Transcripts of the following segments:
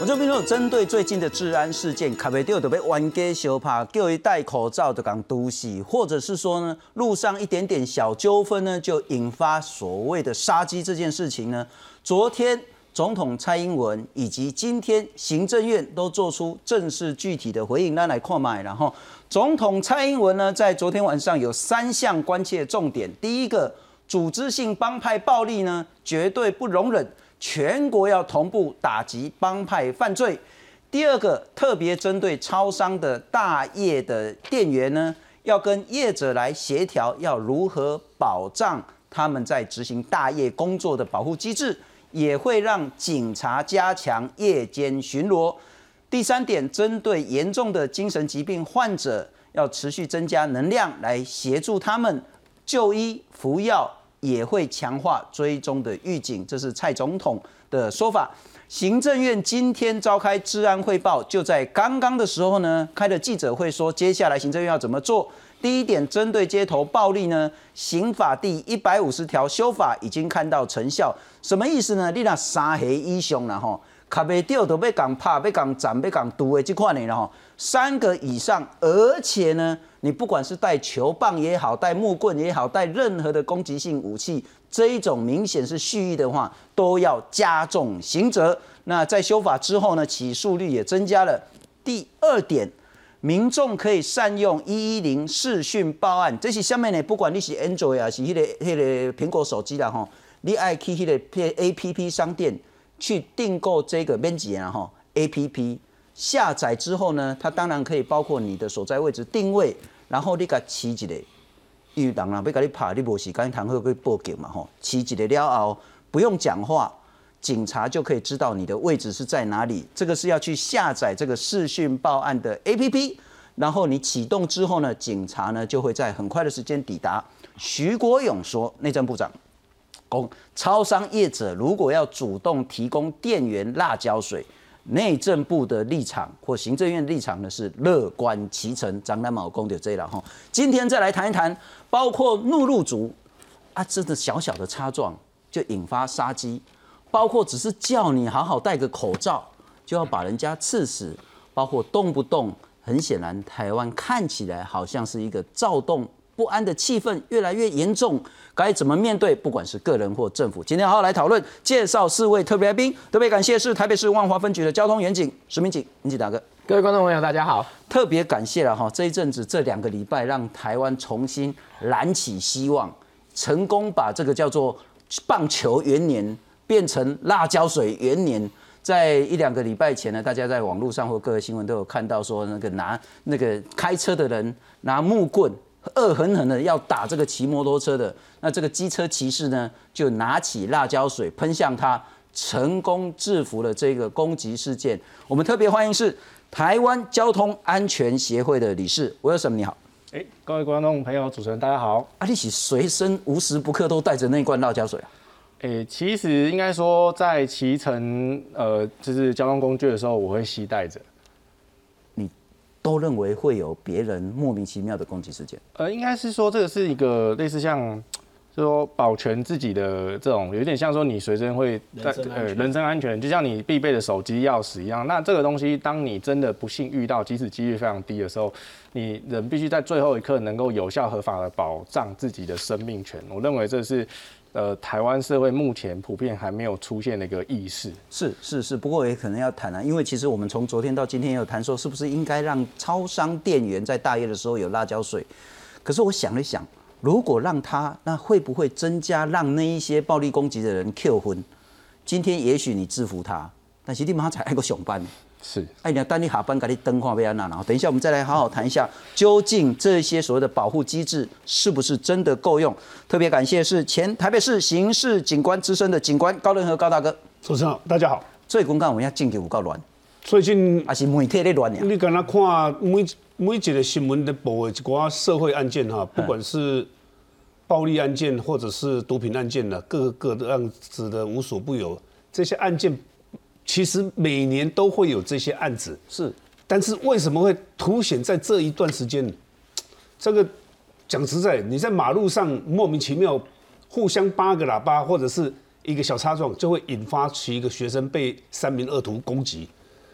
我这边有针对最近的治安事件，卡袂到就被冤家相拍，叫伊戴口罩就讲毒死，或者是说呢，路上一点点小纠纷呢，就引发所谓的杀机这件事情呢，昨天总统蔡英文以及今天行政院都做出正式具体的回应，咱来看卖。然后总统蔡英文呢，在昨天晚上有3项关切重点，第一个，组织性帮派暴力呢，绝对不容忍。全国要同步打击帮派犯罪。第二个，特别针对超商的大业的店员呢，要跟业者来协调，要如何保障他们在执行大业工作的保护机制，也会让警察加强夜间巡逻。第三点，针对严重的精神疾病患者，要持续增加能量来协助他们就医服药。也会强化追踪的预警，这是蔡总统的说法。行政院今天召开治安汇报，就在刚刚的时候呢，开了记者会说，接下来行政院要怎么做。第一点，针对街头暴力呢，刑法第150条修法已经看到成效，什么意思呢？你若3回以上啦吼，卡袂到就要讲拍、要讲斩、要讲毒的这款的啦吼，3个以上，而且呢。你不管是带球棒也好，带木棍也好，带任何的攻击性武器，这一种明显是蓄意的话，都要加重刑责。那在修法之后呢，起诉率也增加了。第二点，民众可以善用110视讯报案，这是下面呢，不管你是 Android 还是那个苹果手机啦吼，你爱去那个 APP 商店去订购这个免钱啊吼 APP。下载之后呢，它当然可以包括你的所在位置定位，然后你给它起一个，因为人要给你拍，你没时间谈好去报警嘛吼，起一个了后不用讲话，警察就可以知道你的位置是在哪里。这个是要去下载这个视讯报案的 APP， 然后你启动之后呢，警察呢就会在很快的时间抵达。徐国勇说，内政部长，超商业者如果要主动提供店员辣椒水。内政部的立场或行政院的立场呢是乐观其成，张南毛公就这了哈。今天再来谈一谈，包括怒路族啊，真的小小的擦撞就引发杀机，包括只是叫你好好戴个口罩就要把人家刺死，包括动不动，很显然台湾看起来好像是一个躁动不安的气氛越来越严重，该怎么面对？不管是个人或政府，今天好好来讨论。介绍4位特别来宾，特别感谢是台北市万华分局的交通员警石明警，民警大哥。 各位观众朋友，大家好。 特别感谢了哈，这一阵子这2个礼拜，让台湾重新燃起希望，成功把这个叫做棒球元年变成辣椒水元年。在1-2个礼拜前呢，大家在网络上或各个新闻都有看到说，拿那个开车的人拿木棍。恶狠狠的要打这个骑摩托车的，那这个机车骑士呢，就拿起辣椒水喷向他，成功制服了这个攻击事件。我们特别欢迎是台湾交通安全协会的理事Wilson，你好。 各位观众朋友、主持人大家好。 啊，你是随身无时不刻都带着那罐辣椒水啊？ 其实应该说在骑乘就是交通工具的时候，我会携带着。 都认为会有别人莫名其妙的攻击事件？ 应该是说这个是一个类似像，说保全自己的这种，有点像说你随身会人身安全，就像你必备的手机、钥匙一样。那这个东西，当你真的不幸遇到，即使几率非常低的时候，你人必须在最后一刻能够有效合法的保障自己的生命权。我认为这是。台湾社会目前普遍还没有出现的一个意识。 是，不过也可能要谈啊，因为其实我们从昨天到今天也有谈说，是不是应该让超商店员在大夜的时候有辣椒水？可是我想了想，如果让他，那会不会增加让那一些暴力攻击的人 Q 分？今天也许你制服他，但是你马上才爱个上班。 是， 你要等你下班，给你灯看要安那，然后等一下我们再来好好谈一下，究竟这些所谓的保护机制是不是真的够用？特别感谢是前台北市刑事警官资深的警官高仁和高大哥。 主持人好，大家好。 最近讲我们要政局有够乱， 最近还是媒体在乱呀？ 你敢那看每一个新闻的报的一寡社会案件哈，不管是暴力案件或者是毒品案件呢，各个样子的无所不有，这些案件。其实每年都会有这些案子， 是， 但是为什么会凸显在这一段时间？这个讲实在，你在马路上莫名其妙互相扒个喇叭，或者是一个小擦撞，就会引发起一个学生被3名恶徒攻击。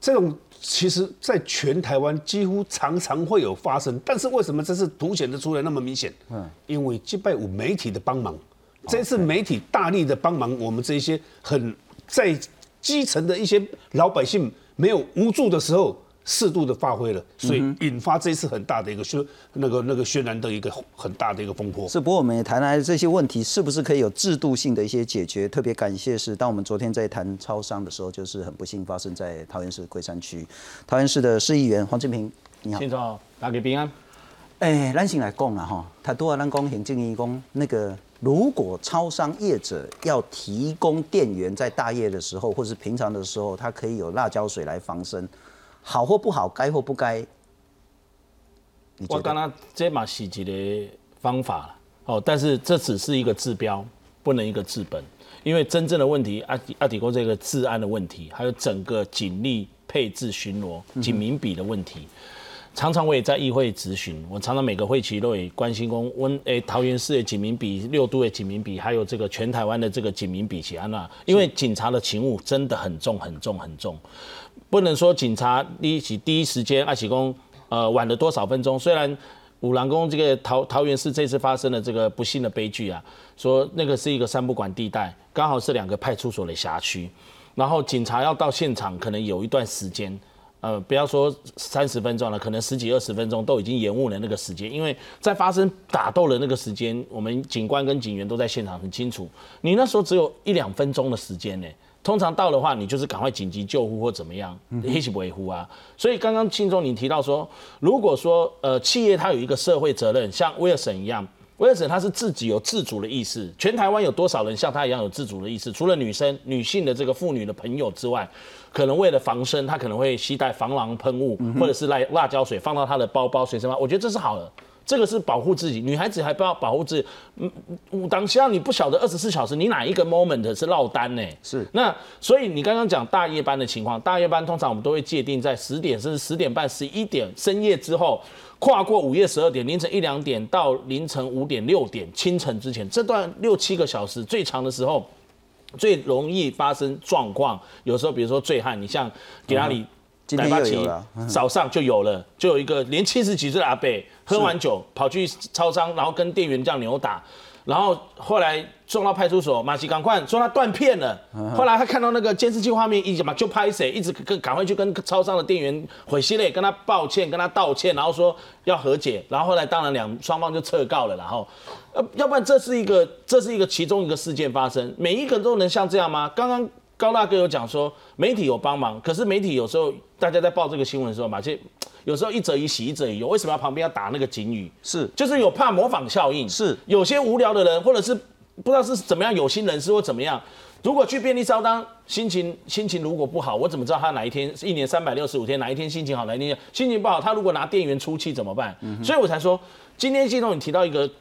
这种其实在全台湾几乎常常会有发生，但是为什么这次凸显的出来那么明显？因为这拜有媒体的帮忙，这次媒体大力的帮忙我们这些很在基层的一些老百姓没有无助的时候，适度的发挥了，所以引发这次很大的一个渲染的一个很大的一个风波。 是，不过我们也谈来这些问题是不是可以有制度性的一些解决？特别感谢是，当我们昨天在谈超商的时候，就是很不幸发生在桃园市龟山区，桃园市的市议员黄建平，你好。 清楚，大家平安。 咱先来讲啦哈，他多咱讲行政院讲那个，如果超商业者要提供店员在大夜的时候或是平常的时候，他可以有辣椒水来防身。好或不好，该或不该， 我刚刚这嘛是一个方法啦，但是这只是一个治标，不能一个治本，因为真正的问题，阿底哥这个治安的问题，还有整个警力配置巡逻、警民比的问题，常常我也在议会质询，我常常每个会期都会关心桃园市的警民比、6都的警民比，还有这个全台湾的这个警民比起安那，因为警察的勤务真的很重。不能说警察第一时间还是说晚了多少分钟。虽然五郎宫这个桃园市这次发生的这个不幸的悲剧啊，说那个是一个三不管地带，刚好是2个派出所的辖区，然后警察要到现场可能有一段时间，不要说30分钟了，可能10几20分钟都已经延误了那个时间，因为在发生打斗的那个时间，我们警官跟警员都在现场很清楚，你那时候只有1-2分钟的时间呢。通常到的话，你就是赶快紧急救护或怎么样，一起维护啊。所以刚刚庆忠你提到说，如果说企业它有一个社会责任，像威尔森一样，威尔森他是自己有自主的意识，全台湾有多少人像他一样有自主的意识？除了女性的这个妇女的朋友之外，可能为了防身，他可能会携带防狼喷雾，或者是辣椒水放到他的包包随身包，我觉得这是好的。这个是保护自己，女孩子还不要保护自己。当下你不晓得24小时你哪一个 moment 是落单呢？ 是。 那所以你刚刚讲大夜班的情况，大夜班通常我们都会界定在10点甚至10点半、11点深夜之后，跨过午夜12点、凌晨1、2点到凌晨5点、6点清晨之前，这段6、7个小时最长的时候，最容易发生状况。有时候比如说醉汉，你像给那里。 今天又有了， 早上就有一个连70几岁的阿伯喝完酒跑去超商，然后跟店员这样扭打，然后后来送到派出所，马西赶快说他断片了。后来他看到那个监视器画面，一直嘛就拍谁，一直赶快去跟超商的店员回息嘞，跟他抱歉，跟他道歉，然后说要和解。然后后来当然双方就撤告了，然后要不然这是一个其中一个事件发生，每一个都能像这样吗？刚刚高大哥有讲说媒体有帮忙，可是媒体有时候大家在报这个新闻的时候嘛，有时候一则以喜一则以忧，为什么要旁边要打那个警语？ 是， 就是有怕模仿效应。 是， 有些无聊的人，或者是不知道是怎么样有心人士或怎么样，如果去便利超商，心情如果不好，我怎么知道他哪一天1年365天哪一天心情好，哪一天心情不好？他如果拿店员出气怎么办？所以我才说，今天季总你提到一个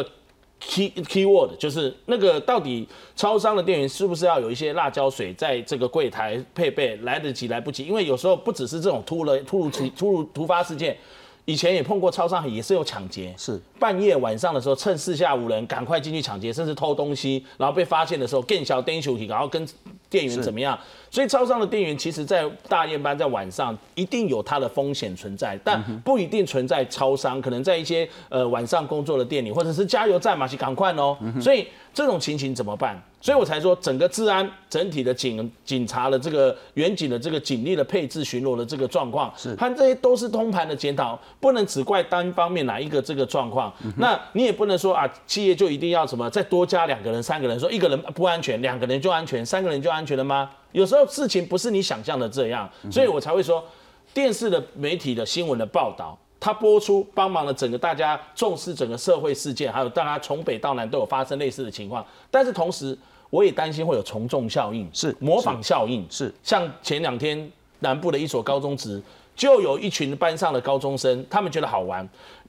key word， 就是那个到底超商的店员是不是要有一些辣椒水在这个柜台配备，来得及来不及？因为有时候不只是这种突发事件，以前也碰过超商也是有抢劫， 是半夜晚上的时候趁4下5人赶快进去抢劫，甚至偷东西，然后被发现的时候更小灯球体，然后跟店员怎么样？所以超商的店员其实在大夜班在晚上一定有它的风险存在，但不一定存在超商，可能在一些晚上工作的店里，或者是加油站嘛，是赶快哦。所以这种情形怎么办？所以我才说，整个治安整体的警察的这个远警的这个警力的配置巡逻的这个状况，和这些都是通盘的检讨，不能只怪单方面哪一个这个状况。那你也不能说啊，企业就一定要什么再多加2个人、3个人，说1个人不安全，2个人就安全，3个人就安全了吗？有时候事情不是你想象的这样，所以我才会说，电视的媒体的新闻的报道。它播出帮忙了整个大家重视整个社会事件，还有大家从北到南都有发生类似的情况，但是同时我也担心会有从众效应， 是模仿效应， 是像前2天南部的一所高中职就有一群班上的高中生，他们觉得好玩，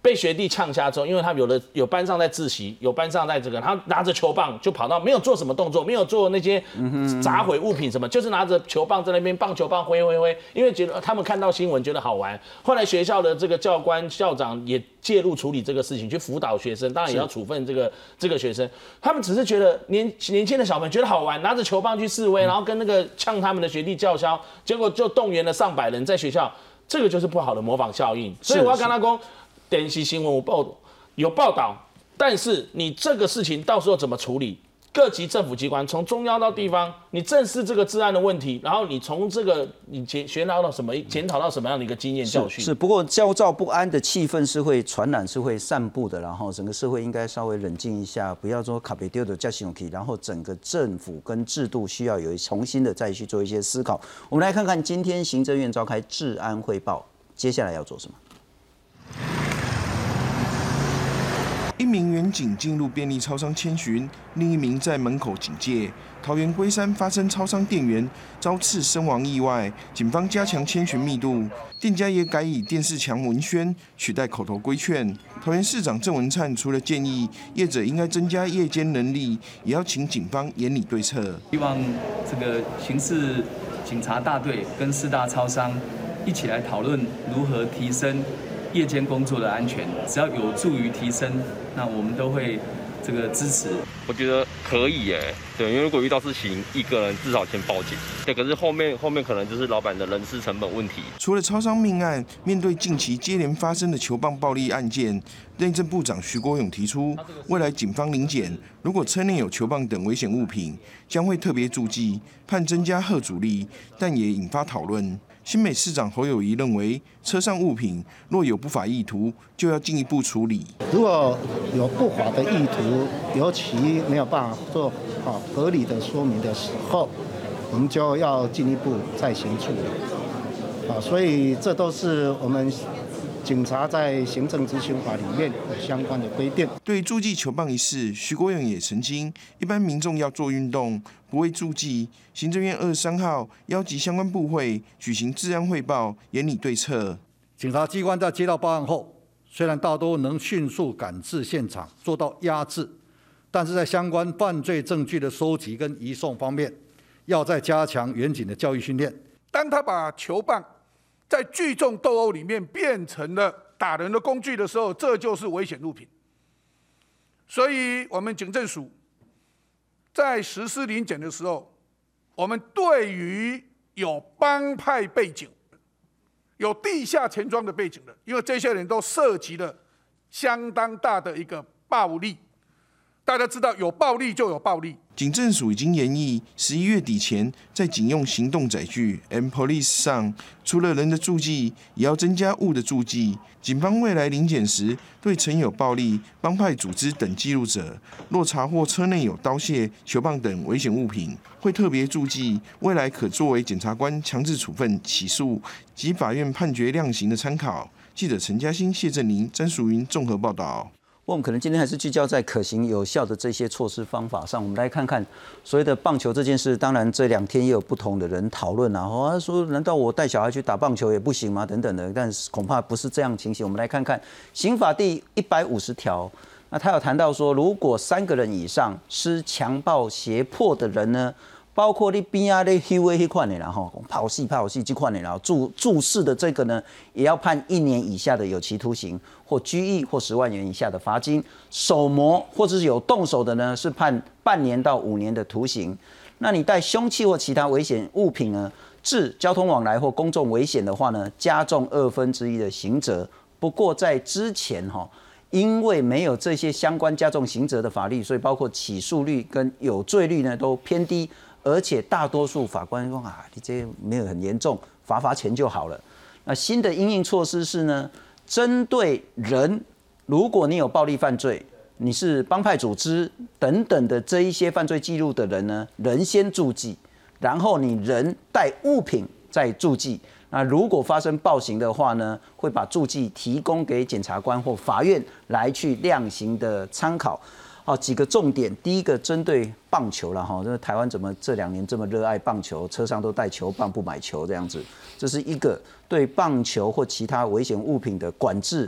被学弟呛瞎之后，因为他有班上在自习，有班上在这个，他拿着球棒就跑到，没有做什么动作，没有做那些砸毁物品什么，就是拿着球棒在那边棒球棒挥，因为觉得他们看到新闻觉得好玩。后来学校的这个教官、校长也介入处理这个事情，去辅导学生，当然也要处分这个学生。他们只是觉得年轻的小朋友觉得好玩，拿着球棒去示威，然后跟那个呛他们的学弟叫嚣，结果就动员了上百人在学校，这个就是不好的模仿效应。所以我要跟他讲。电视新闻有报道，但是你这个事情到时候怎么处理？各级政府机关从中央到地方，你正视这个治安的问题，然后你从这个你学到什么，检讨到什么样的一个经验教训？ 是，不过焦躁不安的气氛是会传染，是会散布的，然后整个社会应该稍微冷静一下，不要说卡贝丢的加上去，然后整个政府跟制度需要有重新的再去做一些思考。我们来看看今天行政院召开治安汇报，接下来要做什么？ 一名员警进入便利超商签询，另一名在门口警戒。桃园龟山发生超商店员遭刺身亡意外，警方加强签询密度，店家也改以电视墙文宣取代口头规劝。桃园市长郑文灿除了建议业者应该增加夜间能力，也要请警方严厉对策。 希望这个刑事警察大队跟4大超商一起来讨论如何提升夜间工作的安全，只要有助于提升，那我们都会这个支持。 我觉得可以耶，对，因为如果遇到事情，一个人至少先报警。对，可是后面可能就是老板的人事成本问题。 除了超商命案，面对近期接连发生的球棒暴力案件，内政部长徐国勇提出，未来警方临检，如果车内有球棒等危险物品，将会特别注记，判增加吓阻力，但也引发讨论。新北市长侯友宜认为，车上物品若有不法意图，就要进一步处理。 如果有不法的意图，尤其没有办法做合理的说明的时候，我们就要进一步再行处理。所以这都是我们警察在行政执行法里面有相关的规定。 对注记球棒一事，徐国勇也澄清，一般民众要做运动，不会注记。行政院23号邀集相关部会举行治安汇报，严厉对策。 警察机关在接到报案后，虽然大多能迅速赶至现场做到压制，但是在相关犯罪证据的收集跟移送方面，要再加强严谨的教育训练。 当他把球棒在聚众斗殴里面变成了打人的工具的时候，这就是危险物品。所以，我们警政署在实施临检的时候，我们对于有帮派背景、有地下钱庄的背景的，因为这些人都涉及了相当大的一个暴力。大家知道，有暴力就有暴力。 警政署已经研议11月底前，在警用行动载具 M-Police 上，除了人的注记，也要增加物的注记。警方未来临检时，对曾有暴力、帮派组织等记录者，若查获车内有刀械、球棒等危险物品，会特别注记，未来可作为检察官强制处分、起诉及法院判决量刑的参考。记者陈嘉欣、谢振宁、詹淑云综合报道。 我们可能今天还是聚焦在可行有效的这些措施方法上。我们来看看所谓的棒球这件事，当然这2天也有不同的人讨论啊，他说难道我带小孩去打棒球也不行吗？等等的，但是恐怕不是这样情形。我们来看看刑法第150条，那他有谈到说，如果3个人以上施强暴胁迫的人呢，包括你边啊咧休的迄款的啦吼，跑戏这款的啦，注释的这个呢，也要判1年以下的有期徒刑，或拘役，或10万元以下的罚金。手模或者是有动手的呢，是判半年到5年的徒刑。那你带凶器或其他危险物品呢，致交通往来或公众危险的话呢，加重1/2的刑责。不过在之前因为没有这些相关加重刑责的法律，所以包括起诉率跟有罪率呢都偏低。而且大多数法官说你这没有很严重，罚钱就好了。那新的因应措施是呢，针对人，如果你有暴力犯罪，你是帮派组织等等的这一些犯罪记录的人呢，人先注记，然后你人带物品再注记。那如果发生暴行的话呢，会把注记提供给检察官或法院来去量刑的参考。好，几个重点。第一个，针对棒球了哈，这台湾怎么这2年这么热爱棒球，车上都带球棒不买球这样子，这是一个对棒球或其他危险物品的管制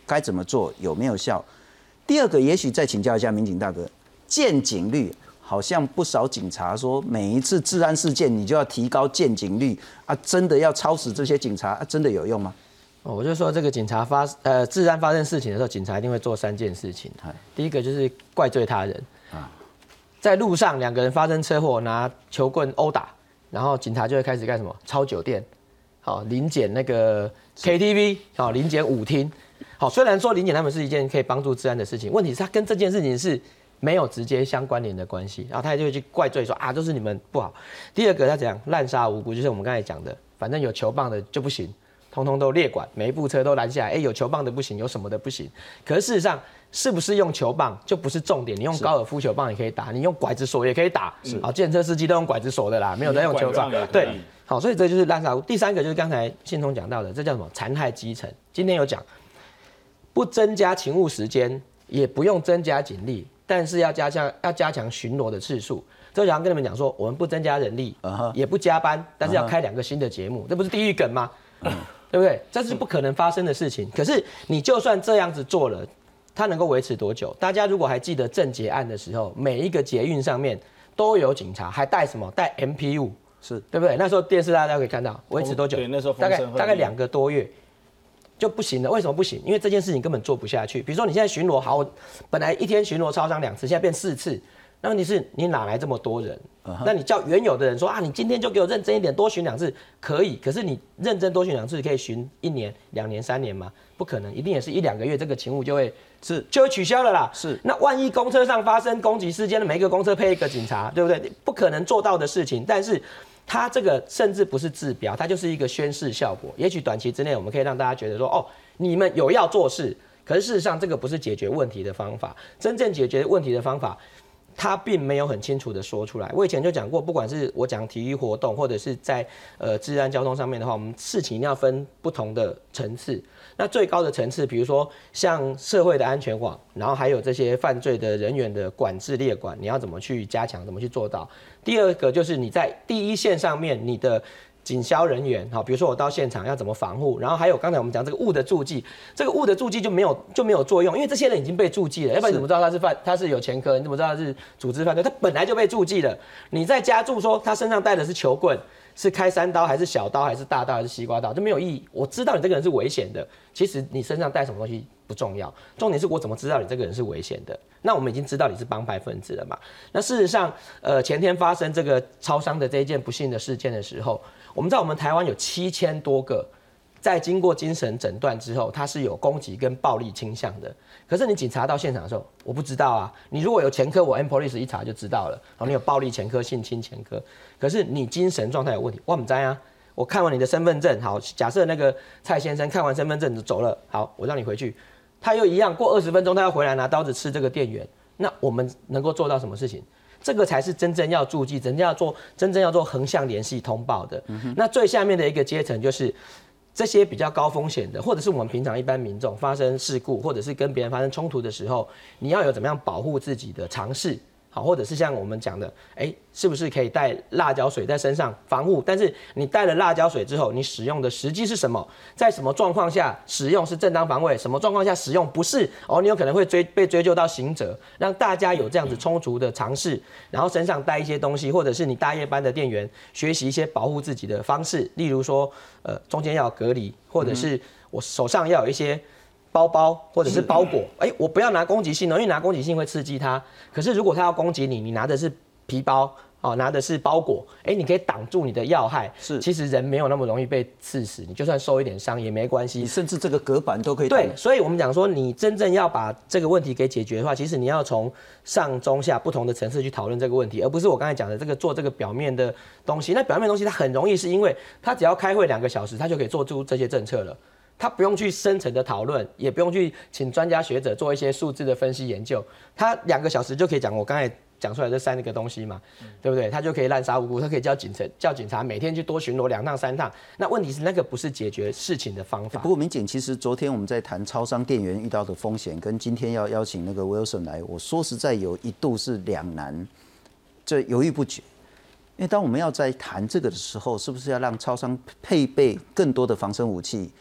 该怎么做，有没有效？第二个，也许再请教一下民警大哥，见警率。好像不少警察说，每一次治安事件你就要提高见警率啊，真的要操死这些警察，真的有用吗？ 我就说这个警察治安发生事情的时候，警察一定会做3件事情。第一个就是怪罪他人在路上2个人发生车祸，拿球棍殴打，然后警察就会开始干什么？抄酒店，好临检那个 KTV， 好临检舞厅，好虽然说临检他们是一件可以帮助治安的事情，问题是他跟这件事情是没有直接相关联的关系，然后他就会去怪罪说啊，都是你们不好。第二个他怎样滥杀无辜，就是我们刚才讲的，反正有球棒的就不行，通通都列管，每一部车都拦下来，有球棒的不行，有什么的不行。可是事实上，是不是用球棒就不是重点，你用高尔夫球棒也可以打，你用拐子锁也可以打。好，计程车司机都用拐子锁的啦，没有在用球棒。对，好，所以这就是滥杀无辜。第三个就是刚才信聪讲到的，这叫什么？残害基层。今天有讲，不增加勤务时间，也不用增加警力。但是要加强巡逻的次数，这就想跟你们讲说，我们不增加人力，也不加班，但是要开2个新的节目，这不是地狱梗吗？对不对？这是不可能发生的事情。可是你就算这样子做了，它能够维持多久？大家如果还记得郑捷案的时候，每一个捷运上面都有警察，还带什么？带 MP5，是对不对？那时候电视大家可以看到，维持多久？ 对，那时候大概2个多月。就不行了，为什么不行？因为这件事情根本做不下去。比如说你现在巡逻好，本来一天巡逻超商2次，现在变4次，那问题是你哪来这么多人？那你叫原有的人说啊，你今天就给我认真一点，多巡2次可以。可是你认真多巡2次，可以巡1年、2年、3年吗？不可能，一定也是1-2个月，这个勤务就会取消了啦。是，那万一公车上发生攻击事件，每一个公车配1个警察，对不对？不可能做到的事情，但是。它这个甚至不是治标，它就是一个宣示效果。也许短期之内我们可以让大家觉得说，哦，你们有要做事，可是事实上这个不是解决问题的方法。真正解决问题的方法，它并没有很清楚的说出来。我以前就讲过，不管是我讲体育活动，或者是在治安交通上面的话，我们事情一定要分不同的层次。那最高的层次，比如说像社会的安全网，然后还有这些犯罪的人员的管制列管，你要怎么去加强，怎么去做到？第二个就是你在第一线上面，你的警消人员，好，比如说我到现场要怎么防护，然后还有刚才我们讲这个物的注记，这个物的注记就没有作用，因为这些人已经被注记了，要不然你怎么知道他是有前科？你怎么知道他是组织犯罪？他本来就被注记了，你再加注说他身上带的是球棍。是开3刀还是小刀还是大刀还是西瓜刀，这没有意义。我知道你这个人是危险的，其实你身上带什么东西不重要，重点是我怎么知道你这个人是危险的。那我们已经知道你是帮派分子了嘛？那事实上，前天发生这个超商的这一件不幸的事件的时候，我们知道我们台湾有7000多个，在经过精神诊断之后，他是有攻击跟暴力倾向的。可是你警察到现场的时候，我不知道啊。你如果有前科，我 M-Police 一查就知道了。然后你有暴力前科、性侵前科，可是你精神状态有问题，我不知道啊。我看完你的身份证，好，假设那个蔡先生看完身份证就走了，好，我让你回去，他又一样过20分钟，他要回来拿刀子刺这个店员，那我们能够做到什么事情？这个才是真正要注记、真正要做横向联系通报的。那最下面的一个阶层就是。这些比较高风险的，或者是我们平常一般民众发生事故，或者是跟别人发生冲突的时候，你要有怎么样保护自己的常识，好，或者是像我们讲的，是不是可以带辣椒水在身上防护？但是你带了辣椒水之后，你使用的时机是什么？在什么状况下使用是正当防卫？什么状况下使用不是？你有可能会被追究到刑责。让大家有这样子充足的常识，然后身上带一些东西，或者是你大夜班的店员学习一些保护自己的方式，例如说，中间要有隔离，或者是我手上要有一些。包包或者是包裹，我不要拿攻击性的，因为拿攻击性会刺激他。可是如果他要攻击你，你拿的是皮包，拿的是包裹，你可以挡住你的要害。是，其实人没有那么容易被刺死，你就算受一点伤也没关系。你甚至这个隔板都可以。 对，所以我们讲说，你真正要把这个问题给解决的话，其实你要从上中下不同的层次去讨论这个问题，而不是我刚才讲的做这个表面的东西。那表面的东西它很容易，是因为他只要开会2个小时，他就可以做出这些政策了。他不用去深层的讨论，也不用去请专家学者做一些数字的分析研究，他2个小时就可以讲我刚才讲出来这3个东西嘛，对不对？他就可以滥杀无辜，他可以叫警察每天去多巡逻2趟3趟。那问题是那个不是解决事情的方法。 不过民警其实昨天我们在谈超商店员遇到的风险，跟今天要邀请那个 Wilson 来，我说实在有一度是两难，这犹豫不决。因为当我们要在谈这个的时候，是不是要让超商配备更多的防身武器？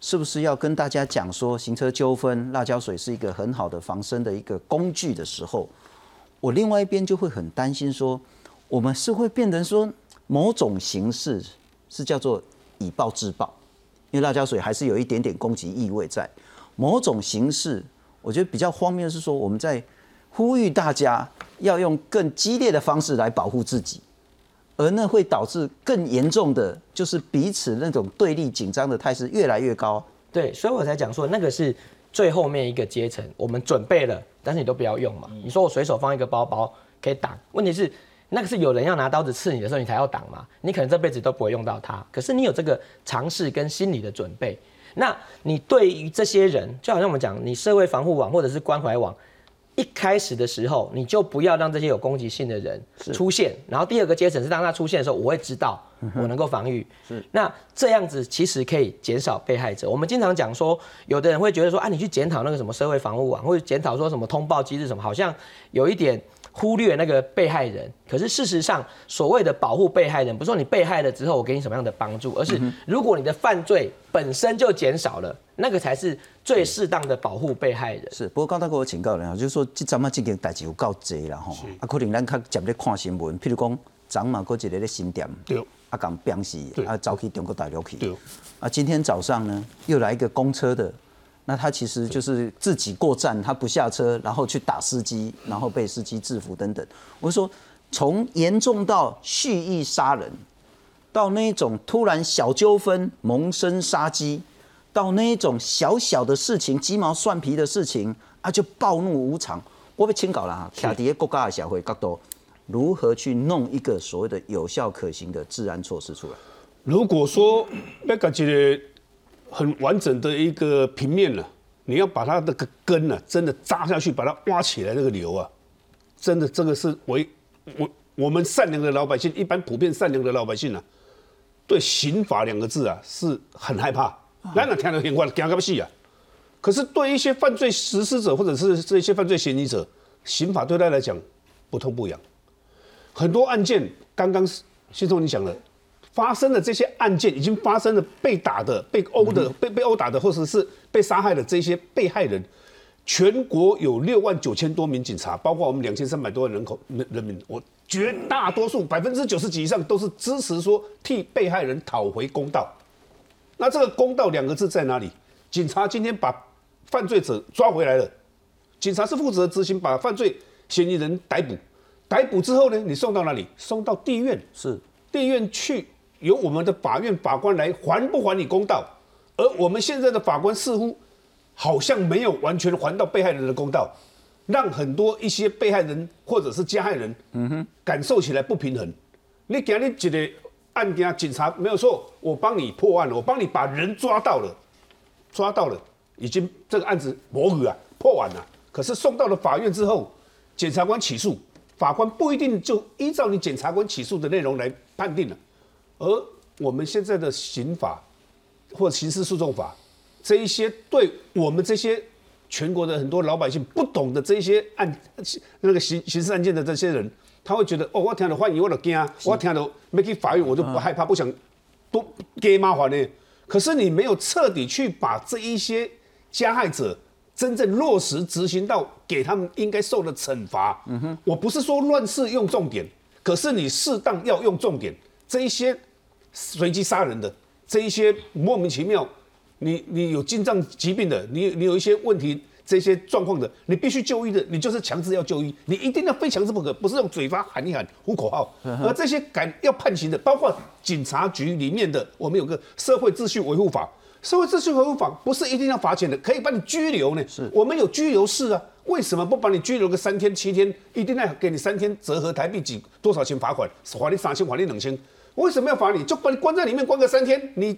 是不是要跟大家讲说行车纠纷，辣椒水是一个很好的防身的一个工具的时候，我另外一边就会很担心说，我们是会变成说某种形式是叫做以暴制暴，因为辣椒水还是有一点点攻击意味在。某种形式，我觉得比较荒谬的是说，我们在呼吁大家要用更激烈的方式来保护自己。而那会导致更严重的，就是彼此那种对立紧张的态势越来越高。 对，所以我才讲说，那个是最后面一个阶层，我们准备了，但是你都不要用嘛。你说我随手放一个包包可以挡，问题是那个是有人要拿刀子刺你的时候，你才要挡嘛。你可能这辈子都不会用到它，可是你有这个尝试跟心理的准备。那你对于这些人，就好像我们讲，你社会防护网或者是关怀网。一开始的时候，你就不要让这些有攻击性的人出现。然后第二个阶层是当他出现的时候，我会知道，我能够防御。那这样子其实可以减少被害者。我们经常讲说，有的人会觉得说，啊，你去检讨那个什么社会防护网，或者检讨说什么通报机制什么，好像有一点忽略那个被害人。可是事实上，所谓的保护被害人，不是说你被害了之后我给你什么样的帮助，而是如果你的犯罪本身就减少了，那个才是最适当的保护被害人。 是，不过刚才我请教了，就是说这阵啊这件代志有够多啦吼，啊可能咱较接咧看新闻，譬如讲昨嘛搁一个咧新店， 对， 啊讲病死，啊走去中国大陆去， 对， 啊今天早上呢又来一个公车的，那他其实就是自己过站，他不下车，然后去打司机，然后被司机制服等等。我说从严重到蓄意杀人，到那一种突然小纠纷萌生杀机。到那一种小小的事情、鸡毛蒜皮的事情啊，就暴怒无常。我被请教了哈，卡在国家的社会角度，如何去弄一个所谓的有效可行的治安措施出来？ 如果说要搞一个很完整的一个平面呢，你要把它的根呢，真的扎下去，把它挖起来，那个瘤啊，真的这个是我们善良的老百姓，一般普遍善良的老百姓啊，对刑法2个字啊是很害怕。咱若听到刑法，惊到死啊！可是对一些犯罪实施者或者是这些犯罪嫌疑者，刑法对他来讲不痛不痒。很多案件，刚刚信聪你讲了，发生的这些案件已经发生了，被打的、被殴的、被殴打的，或者是被杀害的这些被害人，全国有6万9千多名警察，包括我们2300多万人民，我绝大多数90%几以上都是支持说替被害人讨回公道。那这个公道2个字在哪里？警察今天把犯罪者抓回来了，警察是负责执行把犯罪嫌疑人逮捕，逮捕之后呢，你送到哪里？送到地院， 是地院去由我们的法院法官来还不还你公道？而我们现在的法官似乎好像没有完全还到被害人的公道，让很多一些被害人或者是加害人，感受起来不平衡。你今日一个案件，警察没有错，我帮你破案了，我帮你把人抓到了，已经这个案子模糊啊，破完了。可是送到了法院之后，检察官起诉，法官不一定就依照你检察官起诉的内容来判定了。而我们现在的刑法或刑事诉讼法，这一些对我们这些全国的很多老百姓不懂的这一些那个刑事案件的这些人。他会觉得哦，我听到犯意我就惊，我听到要去法院我就不害怕，不想多给麻烦呢。可是你没有彻底去把这一些加害者真正落实执行到给他们应该受的惩罚。我不是说乱世用重点，可是你适当要用重点。这一些随机杀人的，这一些莫名其妙，你有心脏疾病的，你有一些问题。这些状况的，你必须就医的，你就是强制要就医，你一定要非强制不可，不是用嘴巴喊一喊呼口号。而这些要判刑的，包括警察局里面的，我们有个社会秩序维护法，社会秩序维护法不是一定要罚钱的，可以把你拘留呢。我们有拘留室啊，为什么不把你拘留个3天7天？一定要给你3天折合台币多少钱罚款？罚你3000，罚你2000。为什么要罚你？就把你关在里面关个3天，你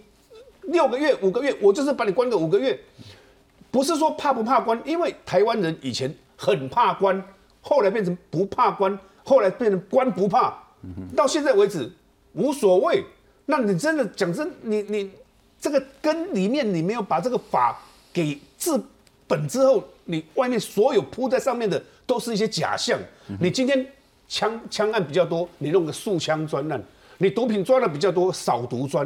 6个月5个月，我就是把你关个5个月。不是说怕不怕关，因为台湾人以前很怕关，后来变成不怕关，后来变成关不怕，到现在为止无所谓。那你真的讲真，你这个根里面你没有把这个法给治本之后，你外面所有铺在上面的都是一些假象。你今天枪案比较多，你弄个速枪专案；你毒品抓的比较多，扫毒专案；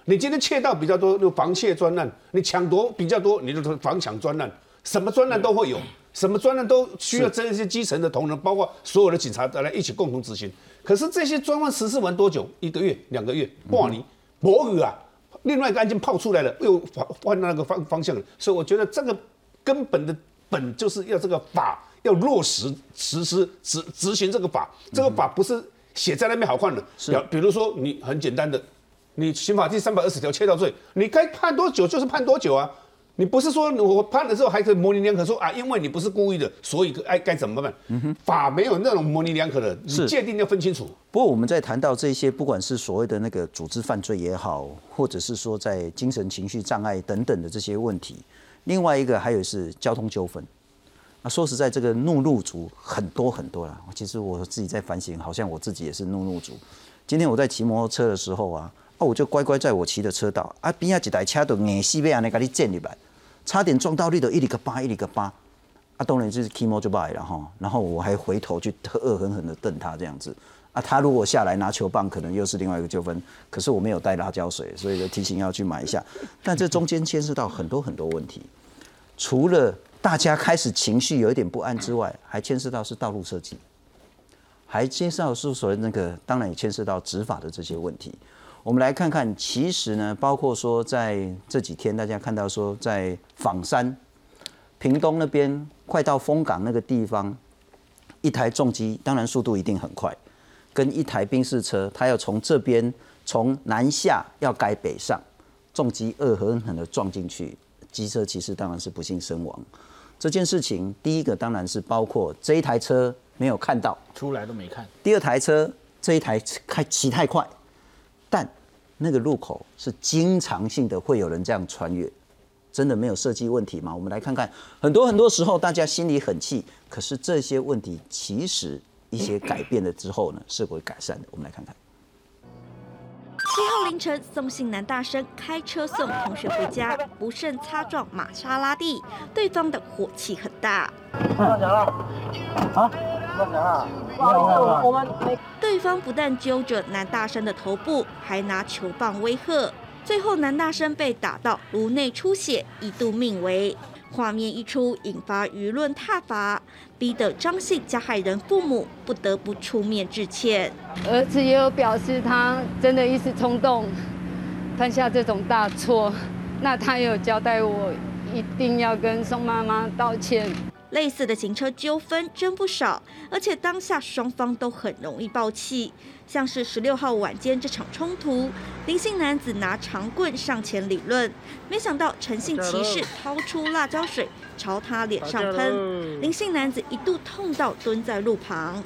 你今天窃盗比较多，就防窃专案；你抢夺比较多，你就防抢专案。什么专案都会有，什么专案都需要这些基层的同仁，包括所有的警察来一起共同执行。可是这些专案实施完多久？1个月、2个月、半年，没有啊。另外一个案件跑出来了，又换那个方向了。所以我觉得这个根本的本就是要这个法要落实实施执行这个法。这个法不是写在那边好看的。比如说你很简单的，你刑法第320条窃盗罪，你该判多久就是判多久啊。你不是说我判的时候还可以模棱两可说啊，因为你不是故意的，所以该怎么办？法没有那种模棱两可的，你界定要分清楚。 不过我们在谈到这些，不管是所谓的那个组织犯罪也好，或者是说在精神情绪障碍等等的这些问题，另外一个还有是交通纠纷。那说实在，这个怒路族很多很多啦。其实我自己在反省，好像我自己也是怒路族。今天我在骑摩托车的时候啊，我就乖乖在我骑的车道啊，边一台车就硬死要安尼给你溅入来。差点撞到你都1里个8，啊，当然就是骑摩就败了哈。然后我还回头去恶狠狠的瞪他这样子啊。他如果下来拿球棒，可能又是另外一个纠纷。可是我没有带辣椒水，所以就提醒要去买一下。但这中间牵涉到很多很多问题，除了大家开始情绪有一点不安之外，还牵涉到是道路设计，还牵涉到是所谓那个，当然也牵涉到执法的这些问题。我们来看看，其实呢，包括说在这几天，大家看到说在枋山、屏东那边，快到丰港那个地方，一台重机，当然速度一定很快，跟一台宾士车，它要从这边从南下要改北上，重机恶狠狠的撞进去，机车骑士当然是不幸身亡。这件事情，第一个当然是包括这一台车没有看到， 出来都没看； 第二台车这一台骑太快。但那个路口是经常性的会有人这样穿越，真的没有设计问题吗？我们来看看，很多时候大家心里很气，可是这些问题其实一些改变了之后呢，是会改善的。我们来看看。 7号凌晨，送信男大生开车送同学回家，不慎擦撞玛莎拉蒂，对方的火气很大。 乱讲了啊！乱讲了！我们对方不但揪着男大生的头部，还拿球棒威吓，最后男大生被打到颅内出血，一度命危。画面一出，引发舆论挞伐，逼得张姓加害人父母不得不出面致歉。 儿子也有表示，他真的一时冲动犯下这种大错，那他也有交代我一定要跟宋妈妈道歉。 类似的行车纠纷真不少，而且当下双方都很容易爆气。像是16号晚间这场冲突，林姓男子拿长棍上前理论，没想到陈姓骑士掏出辣椒水朝他脸上喷，林姓男子一度痛到蹲在路旁。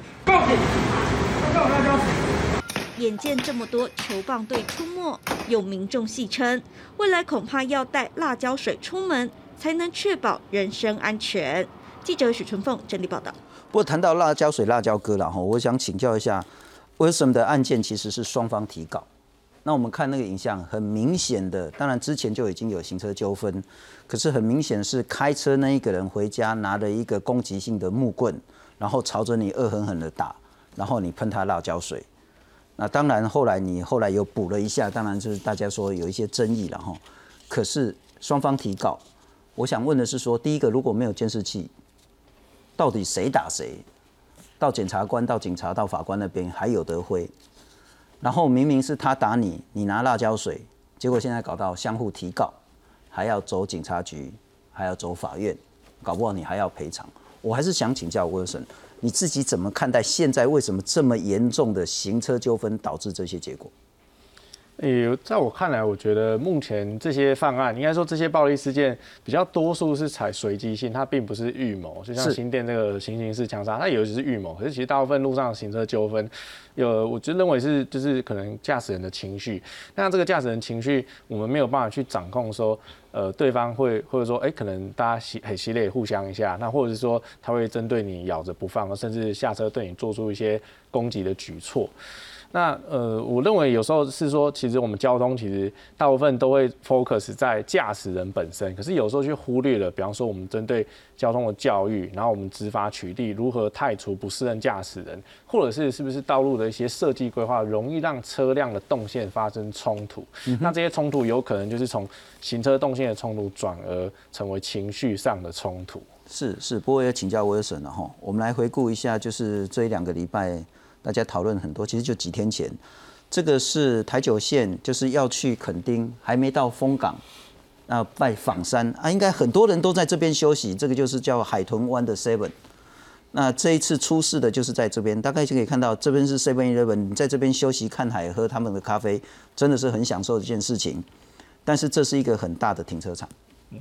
眼见这么多球棒队出没，有民众戏称，未来恐怕要带辣椒水出门，才能确保人身安全。记者许春凤整理报道。 不过谈到辣椒水、辣椒哥了哈，我想请教一下，为什么的案件其实是双方提告？那我们看那个影像，很明显的，当然之前就已经有行车纠纷，可是很明显是开车那一个人回家拿了一个攻击性的木棍，然后朝着你恶狠狠的打，然后你喷他辣椒水。那当然后来有补了一下，当然就是大家说有一些争议了哈。可是双方提告，我想问的是说，第一个如果没有监视器，到底谁打谁？到检察官、到警察、到法官那边还有得挥。然后明明是他打你，你拿辣椒水，结果现在搞到相互提告，还要走警察局，还要走法院，搞不好你还要赔偿。我还是想请教Wilson，你自己怎么看待现在为什么这么严重的行车纠纷导致这些结果？ 在我看来，我觉得目前这些犯案，应该说这些暴力事件比较多数是采随机性，它并不是预谋。就像新店这个行刑式枪杀，它有的是预谋，可是其实大部分路上行车纠纷，我就认为就是可能驾驶人的情绪。那这个驾驶人情绪，我们没有办法去掌控说，对方会或者说，可能大家很激烈互相一下，那或者是说他会针对你咬着不放，甚至下车对你做出一些攻击的举措。 那我认为有时候是说，其实我们交通其实大部分都会 focus 在驾驶人本身，可是有时候却忽略了，比方说我们针对交通的教育，然后我们执法取缔如何汰除不适任驾驶人，或者是不是道路的一些设计规划容易让车辆的动线发生冲突，那这些冲突有可能就是从行车动线的冲突转而成为情绪上的冲突。 是，不过要请教威尔森了哈。我们来回顾一下，就是这2个礼拜大家讨论很多，其实就几天前，这个是台九线，就是要去垦丁，还没到丰港，拜枋山啊，应该很多人都在这边休息。这个就是叫海豚湾的 Seven。那这一次出事的就是在这边，大概就可以看到这边是 7-Eleven， 你在这边休息看海，喝他们的咖啡，真的是很享受的一件事情。但是这是一个很大的停车场。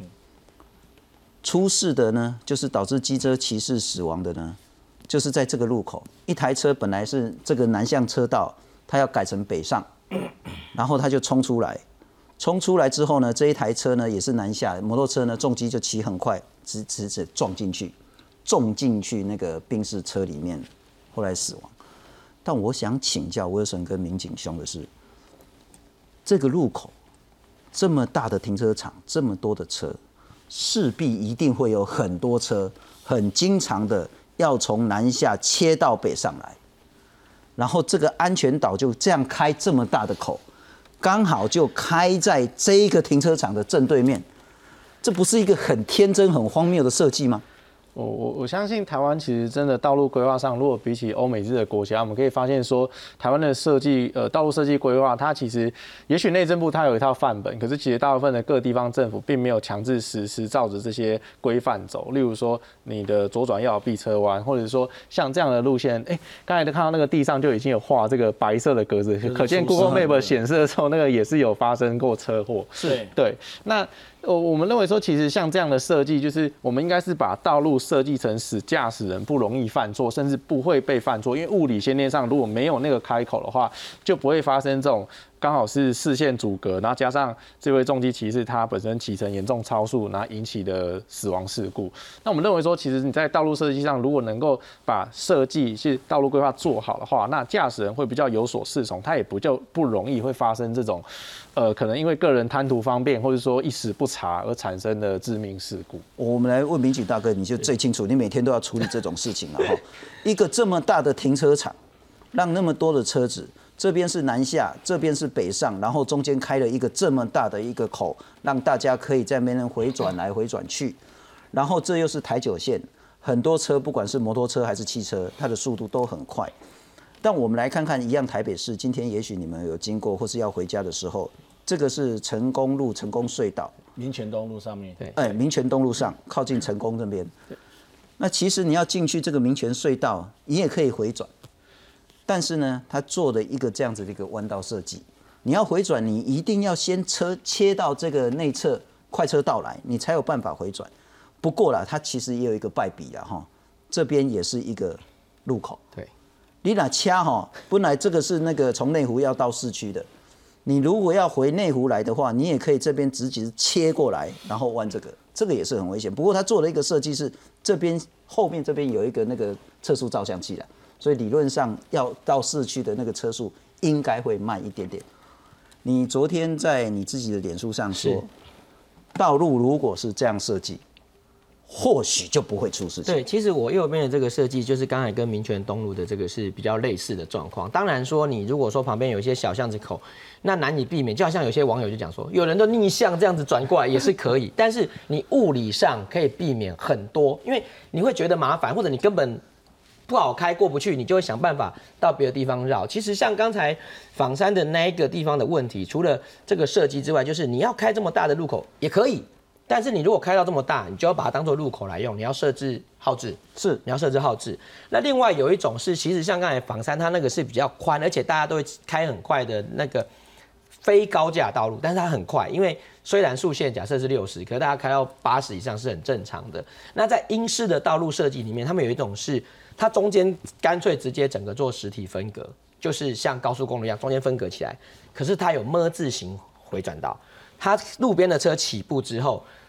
出事的呢，就是导致机车骑士死亡的呢，就是在这个路口，一台车本来是这个南向车道，它要改成北上，然后它就冲出来之后呢，这一台车呢也是南下，摩托车呢重机就骑很快，直撞进去那个宾士车里面，后来死亡。但我想请教威尔森跟民警兄的是，这个路口这么大的停车场，这么多的车。势必一定会有很多车，很经常的要从南下切到北上来，然后这个安全岛就这样开这么大的口，刚好就开在这一个停车场的正对面，这不是一个很天真、很荒谬的设计吗？ 我相信台湾其实真的道路规划上，如果比起欧美日的国家，我们可以发现说，台湾的设计道路设计规划，它其实也许内政部它有一套范本，可是其实大部分的各地方政府并没有强制实施照着这些规范走。例如说，你的左转要有避车弯，或者说像这样的路线，刚才看到那个地上就已经有画这个白色的格子，可见 Google Map 显示的时候，那个也是有发生过车祸。 是， 对，那。我们认为说，其实像这样的设计，就是我们应该是把道路设计成使驾驶人不容易犯错，甚至不会被犯错。因为物理先天上如果没有那个开口的话，就不会发生这种刚好是视线阻隔，然后加上这位重机骑士他本身骑乘严重超速，然后引起的死亡事故。那我们认为说，其实你在道路设计上，如果能够把设计是道路规划做好的话，那驾驶人会比较有所适从，他也不容易会发生这种。可能因为个人贪图方便，或者说一时不察而产生的致命事故。 我们来问民警大哥，你就最清楚，你每天都要处理这种事情了哈。一个这么大的停车场，让那么多的车子，这边是南下，这边是北上，然后中间开了一个这么大的一个口，让大家可以在那边回转来回转去。然后这又是台九线，很多车不管是摩托车还是汽车，它的速度都很快。但我们来看看一样台北市，今天也许你们有经过或是要回家的时候。这个是成功路成功隧道， 民权东路上面。 对，民权东路上靠近成功这边。那其实你要进去这个民权隧道，你也可以回转，但是呢，它做了一个这样子的一个弯道设计。你要回转，你一定要先车切到这个内侧快车道来，你才有办法回转。不过啦，它其实也有一个败笔啦哈，这边也是一个路口。 对， 你那掐哈，本来这个是那个从内湖要到市区的。你如果要回内湖来的话，你也可以这边直接切过来，然后弯这个也是很危险。不过他做了一个设计是，这边后面这边有一个那个测速照相器啦，所以理论上要到市区的那个车速应该会慢一点点。你昨天在你自己的脸书上说，道路如果是这样设计，或许就不会出事情。 对，其实我右边的这个设计就是刚才跟民权东路的这个是比较类似的状况。当然说，你如果说旁边有一些小巷子口，那难以避免，就好像有些网友就讲说，有人都逆向这样子转过来也是可以，但是你物理上可以避免很多，因为你会觉得麻烦，或者你根本不好开过不去，你就会想办法到别的地方绕。其实像刚才枋山的那一个地方的问题，除了这个设计之外，就是你要开这么大的路口也可以。但是你如果开到这么大，你就要把它当做路口来用，你要设置号志，你要设置号志。那另外有一种是，其实像刚才枋山它那个是比较宽，而且大家都会开很快的那个非高架道路，但是它很快，因为虽然速限假设是60，可是大家开到80以上是很正常的。那在英式的道路设计里面，他们有一种是它中间干脆直接整个做实体分隔，就是像高速公路一样中间分隔起来，可是它有么字形回转道。它路边的车起步之后，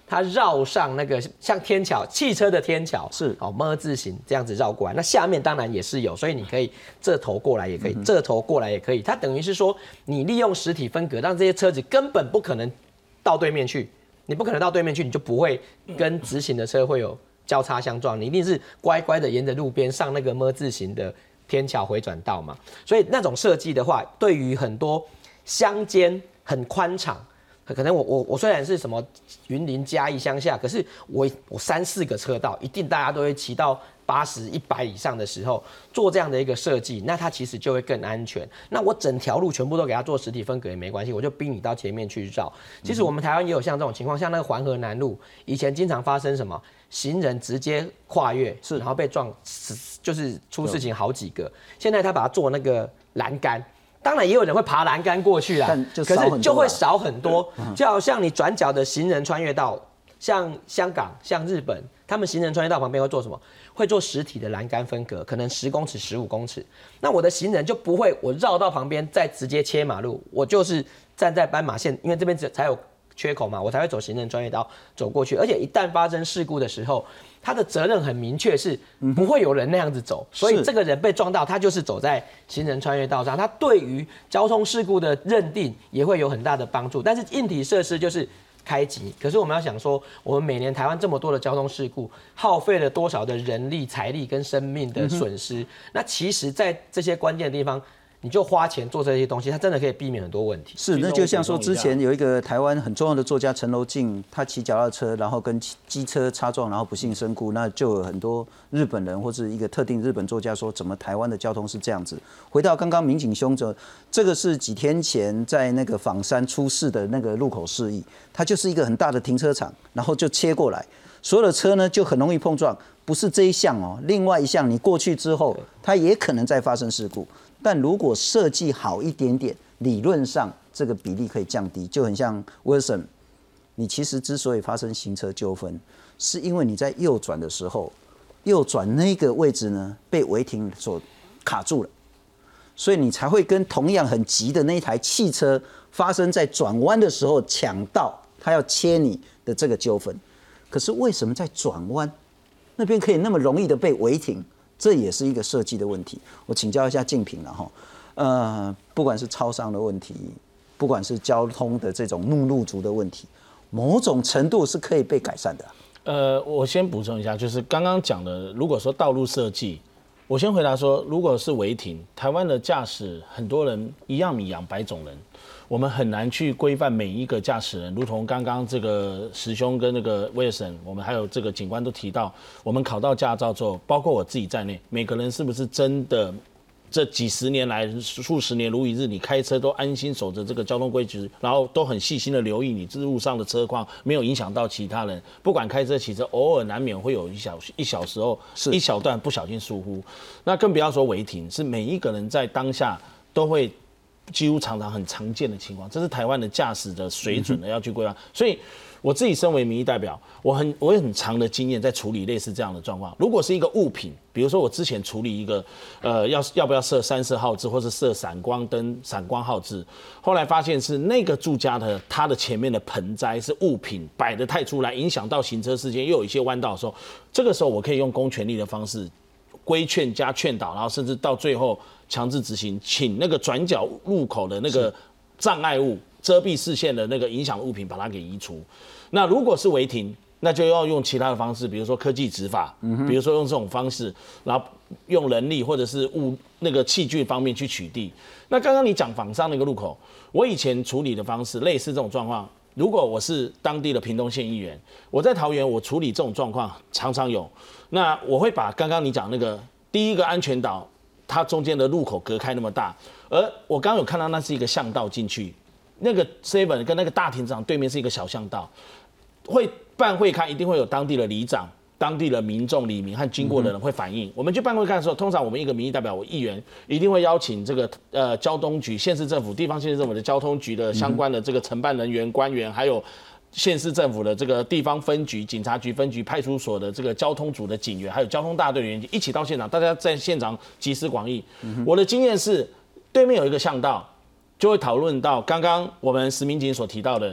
它绕上那个像天桥，汽车的天桥是么字形这样子绕过来，那下面当然也是有，所以你可以这头过来也可以，这头过来也可以。它等于是说，你利用实体分隔，让这些车子根本不可能到对面去，你不可能到对面去，你就不会跟直行的车会有交叉相撞，你一定是乖乖的沿着路边上那个么字形的天桥回转道嘛。所以那种设计的话，对于很多乡间很宽敞。可能我虽然是什么云林嘉义乡下，可是我3、4个车道，一定大家都会骑到80、100以上的时候，做这样的一个设计，那它其实就会更安全。那我整条路全部都给它做实体分隔也没关系，我就逼你到前面去绕。其实我们台湾也有像这种情况，像那个环河南路，以前经常发生什么行人直接跨越，然后被撞死，就是出事情好几个。现在他把它做那个栏杆。当然也有人会爬栏杆过去啦，可是就会少很多。就好像你转角的行人穿越道，像香港、像日本，他们行人穿越道旁边会做什么？会做实体的栏杆分隔，可能10公尺、15公尺。那我的行人就不会，我绕到旁边再直接切马路，我就是站在斑马线，因为这边才有缺口嘛，我才会走行人穿越道走过去。而且一旦发生事故的时候，他的责任很明确，是不会有人那样子走，所以这个人被撞到，他就是走在行人穿越道上，他对于交通事故的认定也会有很大的帮助。但是硬体设施就是开机，可是我们要想说，我们每年台湾这么多的交通事故，耗费了多少的人力、财力跟生命的损失？那其实，在这些关键的地方，你就花钱做这些东西，它真的可以避免很多问题。 是，那就像说之前有一个台湾很重要的作家陈楼静，他骑脚踏车，然后跟机车擦撞，然后不幸身故，那就有很多日本人或是一个特定日本作家说，怎么台湾的交通是这样子？回到刚刚民警兄这个是几天前在那个枋山出事的那个路口示意，它就是一个很大的停车场，然后就切过来，所有的车呢就很容易碰撞，不是这一项哦，另外一项你过去之后，它也可能再发生事故。但如果设计好一点点，理论上这个比例可以降低，就很像 Wilson， 你其实之所以发生行车纠纷，是因为你在右转的时候，右转那个位置呢被违停所卡住了，所以你才会跟同样很急的那一台汽车发生在转弯的时候抢道，他要切你的这个纠纷。可是为什么在转弯那边可以那么容易的被违停？这也是一个设计的问题。我请教一下敬平了哈，不管是超商的问题，不管是交通的这种怒路族的问题，某种程度是可以被改善的。 我先补充一下，就是刚刚讲的，如果说道路设计，我先回答说，如果是违停，台湾的驾驶很多人一样米养百种人。我们很难去规范每一个驾驶人，如同刚刚这个石兄跟那个威尔森，我们还有这个警官都提到，我们考到驾照之后，包括我自己在内，每个人是不是真的这几十年来、数十年如一日，你开车都安心守着这个交通规矩，然后都很细心的留意你路上的车况，没有影响到其他人。不管开车骑车，偶尔难免会有一小时候一小段不小心疏忽，那更不要说违停，是每一个人在当下都会。几乎常常很常见的情况，这是台湾的驾驶的水准的要去规范。所以我自己身为民意代表，我有很长的经验在处理类似这样的状况。如果是一个物品，比如说我之前处理一个要不要设3色号志，或是设闪光灯、闪光号志，后来发现是那个住家的它的前面的盆栽是物品摆得太出来，影响到行车时间，又有一些弯道的时候，这个时候我可以用公权力的方式规劝加劝导，然后甚至到最后强制执行，请那个转角路口的那个障碍物遮蔽视线的那个影响物品把它给移除。那如果是违停，那就要用其他的方式，比如说科技执法，比如说用这种方式，然后用人力或者是那个器具方面去取缔。那刚刚你讲枋山那个路口，我以前处理的方式类似这种状况。如果我是当地的屏东县议员，我在桃园我处理这种状况常常有，那我会把刚刚你讲那个第一个安全岛，它中间的路口隔开那么大，而我刚刚有看到那是一个巷道进去，那个 7 跟那个大停车场对面是一个小巷道，会办会刊一定会有当地的里长、当地的民众、里民和经过的人会反映。我们去办会刊的时候，通常我们一个民意代表，我议员一定会邀请这个交通局、县市政府、地方县市政府的交通局的相关的这个承办人员、官员，还有县市政府的这个地方分局、警察局分局、派出所的这个交通组的警员，还有交通大队的员一起到现场，大家在现场集思广益。我的经验是，对面有一个巷道，就会讨论到刚刚我们石民警所提到的。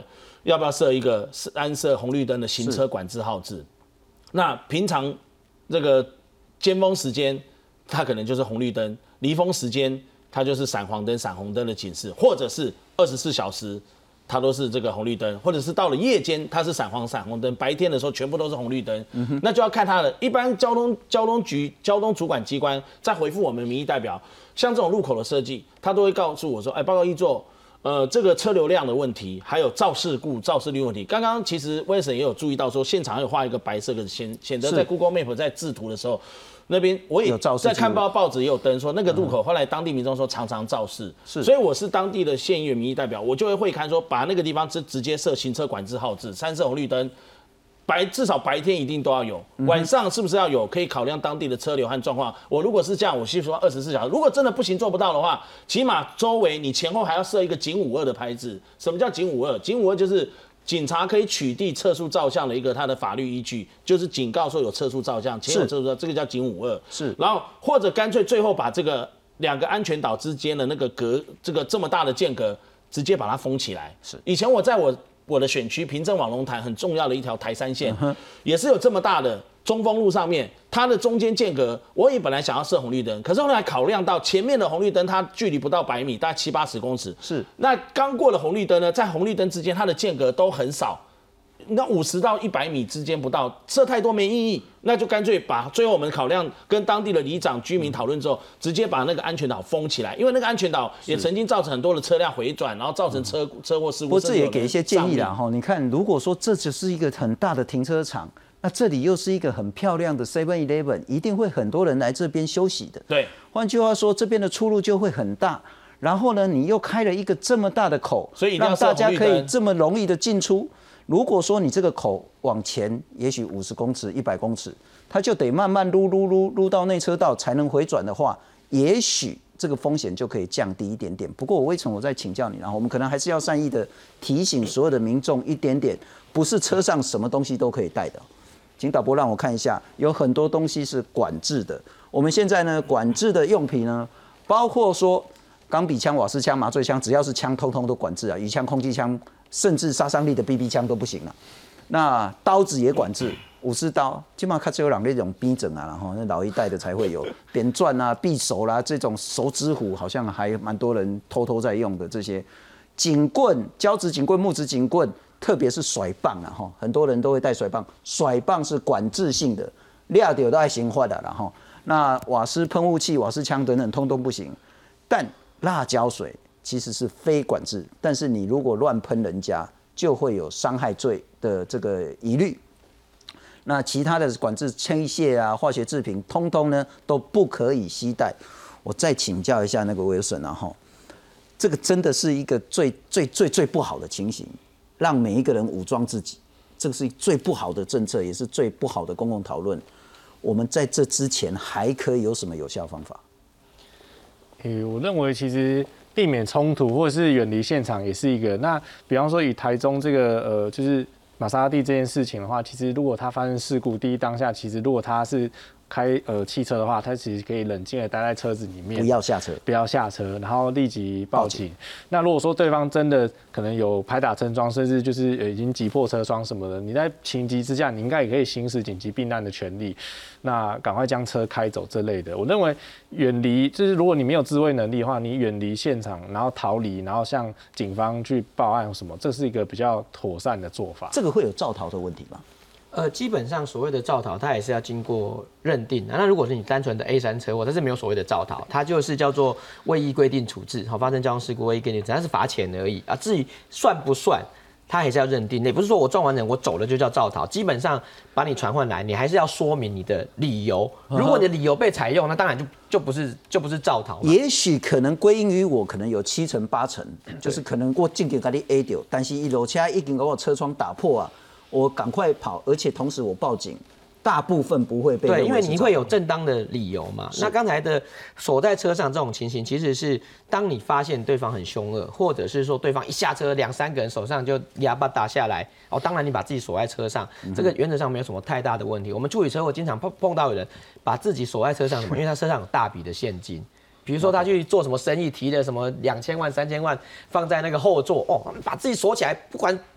要不要设一个安设红绿灯的行车管制号志？那平常这个尖峰时间，它可能就是红绿灯；离峰时间，它就是闪黄灯、闪红灯的警示，或者是24小时。它都是这个红绿灯，或者是到了夜间它是闪黄闪红灯，白天的时候全部都是红绿灯，那就要看它的。一般交通局交通主管机关在回复我们民意代表，像这种路口的设计，他都会告诉我说，报告议座，这个车流量的问题，还有肇事率问题。刚刚其实威尔森也有注意到说，现场有画一个白色的显得在 Google Map 在制图的时候。那边我也在看报纸也有登说那个路口，后来当地民众说常常肇事，所以我是当地的县议员民意代表，我就会看说把那个地方直接设行车管制号志，3色红绿灯，至少白天一定都要有，晚上是不是要有？可以考量当地的车流和状况。我如果是这样，我希望24小时。如果真的不行做不到的话，起码周围你前后还要设一个警52的牌子。什么叫警52？警52就是警察可以取缔测速照相的一个它的法律依据，就是警告说有测速照相，前有测速照，这个叫警52。是，然后或者干脆最后把这个2个安全岛之间的那个这么大的间隔，直接把它封起来。是，以前我在我的选区平镇网龙潭很重要的一条台3线，也是有这么大的。中丰路上面，它的中间间隔，我也本来想要设红绿灯，可是后来考量到前面的红绿灯，它距离不到100米，大概70-80公尺。是，那刚过了红绿灯呢，在红绿灯之间，它的间隔都很少，那50到100米之间不到，设太多没意义，那就干脆把最后我们考量跟当地的里长居民讨论之后，直接把那个安全岛封起来，因为那个安全岛也曾经造成很多的车辆回转，然后造成车祸事故。 不过这也给一些建议啦哈，你看，如果说这只是一个很大的停车场。那这里又是一个很漂亮的 7-Eleven， 一定会很多人来这边休息的。对，换句话说，这边的出入就会很大。然后呢，你又开了一个这么大的口，所以让大家可以这么容易的进出。如果说你这个口往前，也许50公尺、100公尺，它就得慢慢撸到内车道才能回转的话，也许这个风险就可以降低一点点。不过威成，我再请教你，然后我们可能还是要善意的提醒所有的民众一点点，不是车上什么东西都可以带的。请导播让我看一下，有很多东西是管制的。我们现在呢，管制的用品呢，包括说钢笔枪、瓦斯枪、麻醉枪，只要是枪，通通都管制啊。鱼枪、空气枪，甚至杀伤力的 BB 枪都不行了。那刀子也管制，武士刀，基本上看只有那种逼整啊，然后那老一代的才会有扁钻啊、匕首啦，这种手指虎好像还蛮多人偷偷在用的。这些警棍、胶质警棍、木质警棍。特别是甩棒啊，很多人都会带甩棒，甩棒是管制性的，抓到都要刑罚的啦。那瓦斯喷雾器、瓦斯枪等等，通通不行。但辣椒水其实是非管制，但是你如果乱喷人家，就会有伤害罪的这个疑虑。那其他的管制枪械啊、化学制品，通通呢都不可以携带。我再请教一下那个威尔森啊，这个真的是一个最不好的情形。让每一个人武装自己，这个是最不好的政策，也是最不好的公共讨论。我们在这之前还可以有什么有效方法？ 我认为其实避免冲突或者是远离现场也是一个。那比方说以台中这个就是玛莎拉蒂这件事情的话，其实如果它发生事故，第一当下其实如果它是开汽车的话，他其实可以冷静的待在车子里面，不要下车，然后立即报警。那如果说对方真的可能有拍打撑窗，甚至就是已经击破车窗什么的，你在情急之下，你应该也可以行使紧急避难的权利，那赶快将车开走之类的。我认为远离，就是如果你没有自卫能力的话，你远离现场，然后逃离，然后向警方去报案什么，这是一个比较妥善的做法。 这个会有肇逃的问题吗？ 基本上所谓的肇逃，它也是要经过认定。那如果是你单纯的 A3 车祸，它是没有所谓的肇逃，它就是叫做未依规定处置，发生交通事故未依规定，只是罚钱而已啊。至于算不算，它还是要认定。也不是说我撞完人我走了就叫肇逃，基本上把你传唤来，你还是要说明你的理由。如果你的理由被采用，那当然就不是肇逃。 也许可能归因于我可能有7成8成，就是可能我进去给你 A 掉，但是一路车已经把我车窗打破啊。我赶快跑，而且同时我报警，大部分不会被对，因为你会有正当的理由嘛。那刚才的锁在车上这种情形，其实是当你发现对方很凶恶，或者是说对方一下车2-3个人手上就哑巴打下来，当然你把自己锁在车上，这个原则上没有什么太大的问题。我们处理车祸经常碰到有人把自己锁在车上，什么？因为他车上有大笔的现金。比如说他去做什么生意，提了什么2000万、3000万放在那个后座，把自己锁起来，不管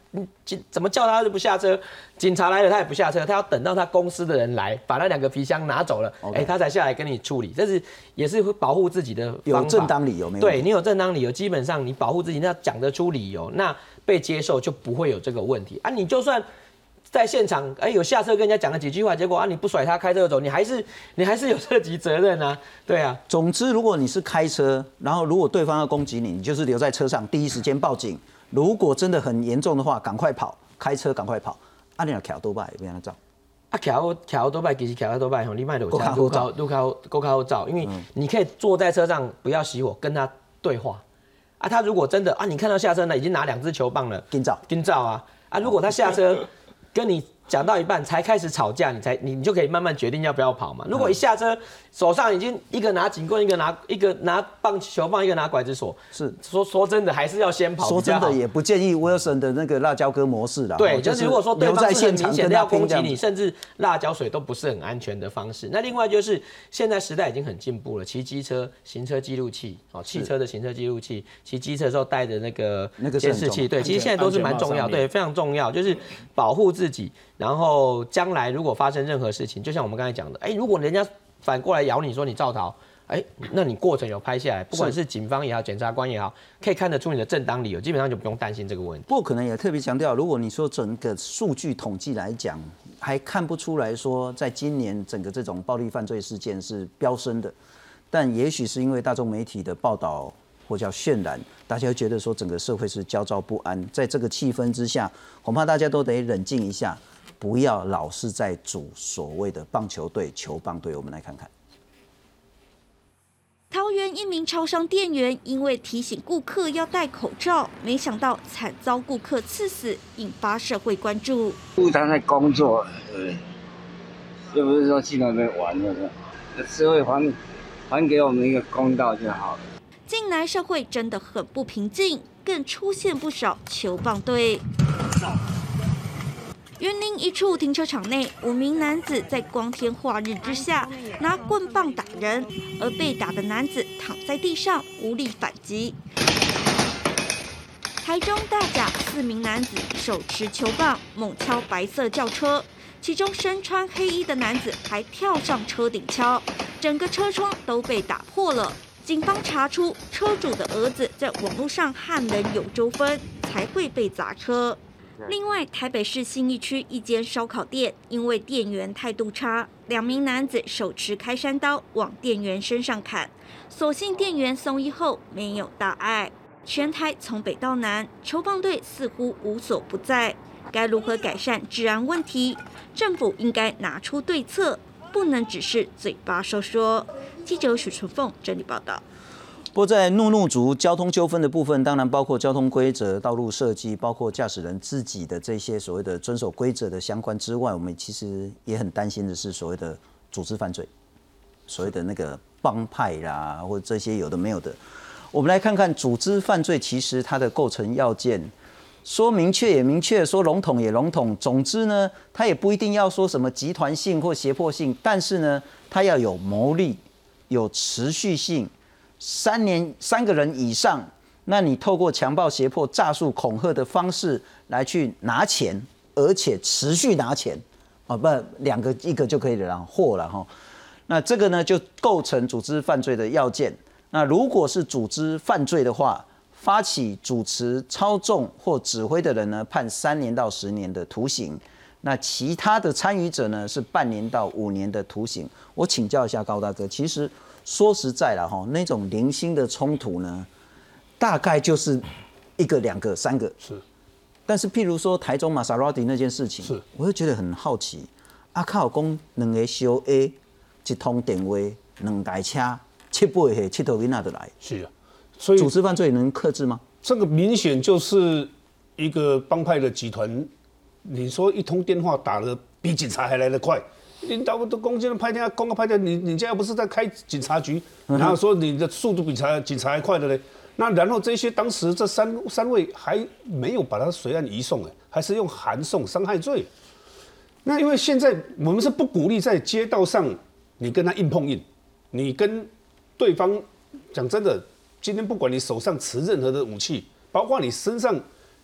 怎么叫他就不下车？警察来了他也不下车，他要等到他公司的人来把那2个皮箱拿走了，他才下来跟你处理。这是也是会保护自己的方法， 有正当理由没有？ 对你有正当理由，基本上你保护自己，那讲得出理由，那被接受就不会有这个问题啊。你就算在现场，有下车跟人家讲了几句话，结果你不甩他开车走，你还是有涉及责任啊，对啊。 总之，如果你是开车，然后如果对方要攻击你，你就是留在车上，第一时间报警。如果真的很严重的话，赶快跑，开车赶快跑。你若骑多摆，要安怎走？ 骑多摆，其实骑多摆吼，你卖路够好走，因为你可以坐在车上不要熄火，跟他对话。他如果真的你看到下车呢，已经拿2支球棒了， 紧照啊！如果他下车跟你讲到一半才开始吵架，你就可以慢慢决定要不要跑嘛。如果一下车手上已经一个拿警棍，一个拿球棒，一个拿拐子锁， 是说真的还是要先跑。 说真的也不建议 Wilson 的那个辣椒哥模式啦。 对，就是如果说对方是很明显的要攻击你，甚至辣椒水都不是很安全的方式。那另外就是现在时代已经很进步了，骑机车行车记录器，汽车的行车记录器，骑机车的时候带着那个监视器，对，其实现在都是蛮重要，对，非常重要，就是保护自己。然后将来如果发生任何事情，就像我们刚才讲的，如果人家反过来咬你说你肇逃，那你过程有拍下来，不管是警方也好，检察官也好，可以看得出你的正当理由，基本上就不用担心这个问题。 不过可能也特别强调，如果你说整个数据统计来讲，还看不出来说在今年整个这种暴力犯罪事件是飙升的，但也许是因为大众媒体的报道或叫渲染，大家会觉得说整个社会是焦躁不安，在这个气氛之下，恐怕大家都得冷静一下。不要老是在组所谓的棒球队、球棒队。我们来看看， 桃园一名超商店员因为提醒顾客要戴口罩，没想到惨遭顾客刺死，引发社会关注。 他在工作，又不是说去那边玩的，社会还给我们一个公道就好了。 近来社会真的很不平静，更出现不少球棒队。云林一处停车场内，5名男子在光天化日之下拿棍棒打人，而被打的男子躺在地上无力反击。台中大甲4名男子手持球棒猛敲白色轿车，其中身穿黑衣的男子还跳上车顶敲，整个车窗都被打破了。警方查出车主的儿子在网络上和人有纠纷，才会被砸车。另外，台北市信义区一间烧烤店，因为店员态度差，2名男子手持开山刀往店员身上砍，所幸店员送医后没有大碍。全台从北到南，球棒队似乎无所不在，该如何改善治安问题？政府应该拿出对策，不能只是嘴巴说说。记者许纯凤整理报道。 不过在怒族交通纠纷的部分，当然包括交通规则、道路设计，包括驾驶人自己的这些所谓的遵守规则的相关之外，我们其实也很担心的是所谓的组织犯罪，所谓的那个帮派啦，或者这些有的没有的。我们来看看组织犯罪，其实它的构成要件，说明确也明确，说笼统也笼统。总之呢，它也不一定要说什么集团性或胁迫性，但是呢，它要有牟利、有持续性。3个人以上，那你透过强暴、胁迫、诈术、恐吓的方式来去拿钱，而且持续拿钱，2个1个就可以了，货了哈。那这个呢就构成组织犯罪的要件。那如果是组织犯罪的话，发起、主持、操纵或指挥的人呢，判3年到10年的徒刑。那其他的参与者呢，是半年到5年的徒刑。我请教一下高大哥，其实说实在啦，那种零星的冲突呢，大概就是1个、2个、3个。 是。 但是譬如说台中玛莎拉蒂那件事情，是，我就觉得很好奇。靠讲2个小 A， 1通电话，2台车，7、8岁7头囡仔就来。 是啊，所以组织犯罪能克制吗？ 这个明显就是一个帮派的集团。你说一通电话打得比警察还来得快。领导的攻击拍电，公告拍电，你家又不是在开警察局，然后说你的速度比警察还快的嘞？那然后这些当时这三位还没有把他随案移送，还是用函送伤害罪。那因为现在我们是不鼓励在街道上你跟他硬碰硬，你跟对方讲真的，今天不管你手上持任何的武器，包括你身上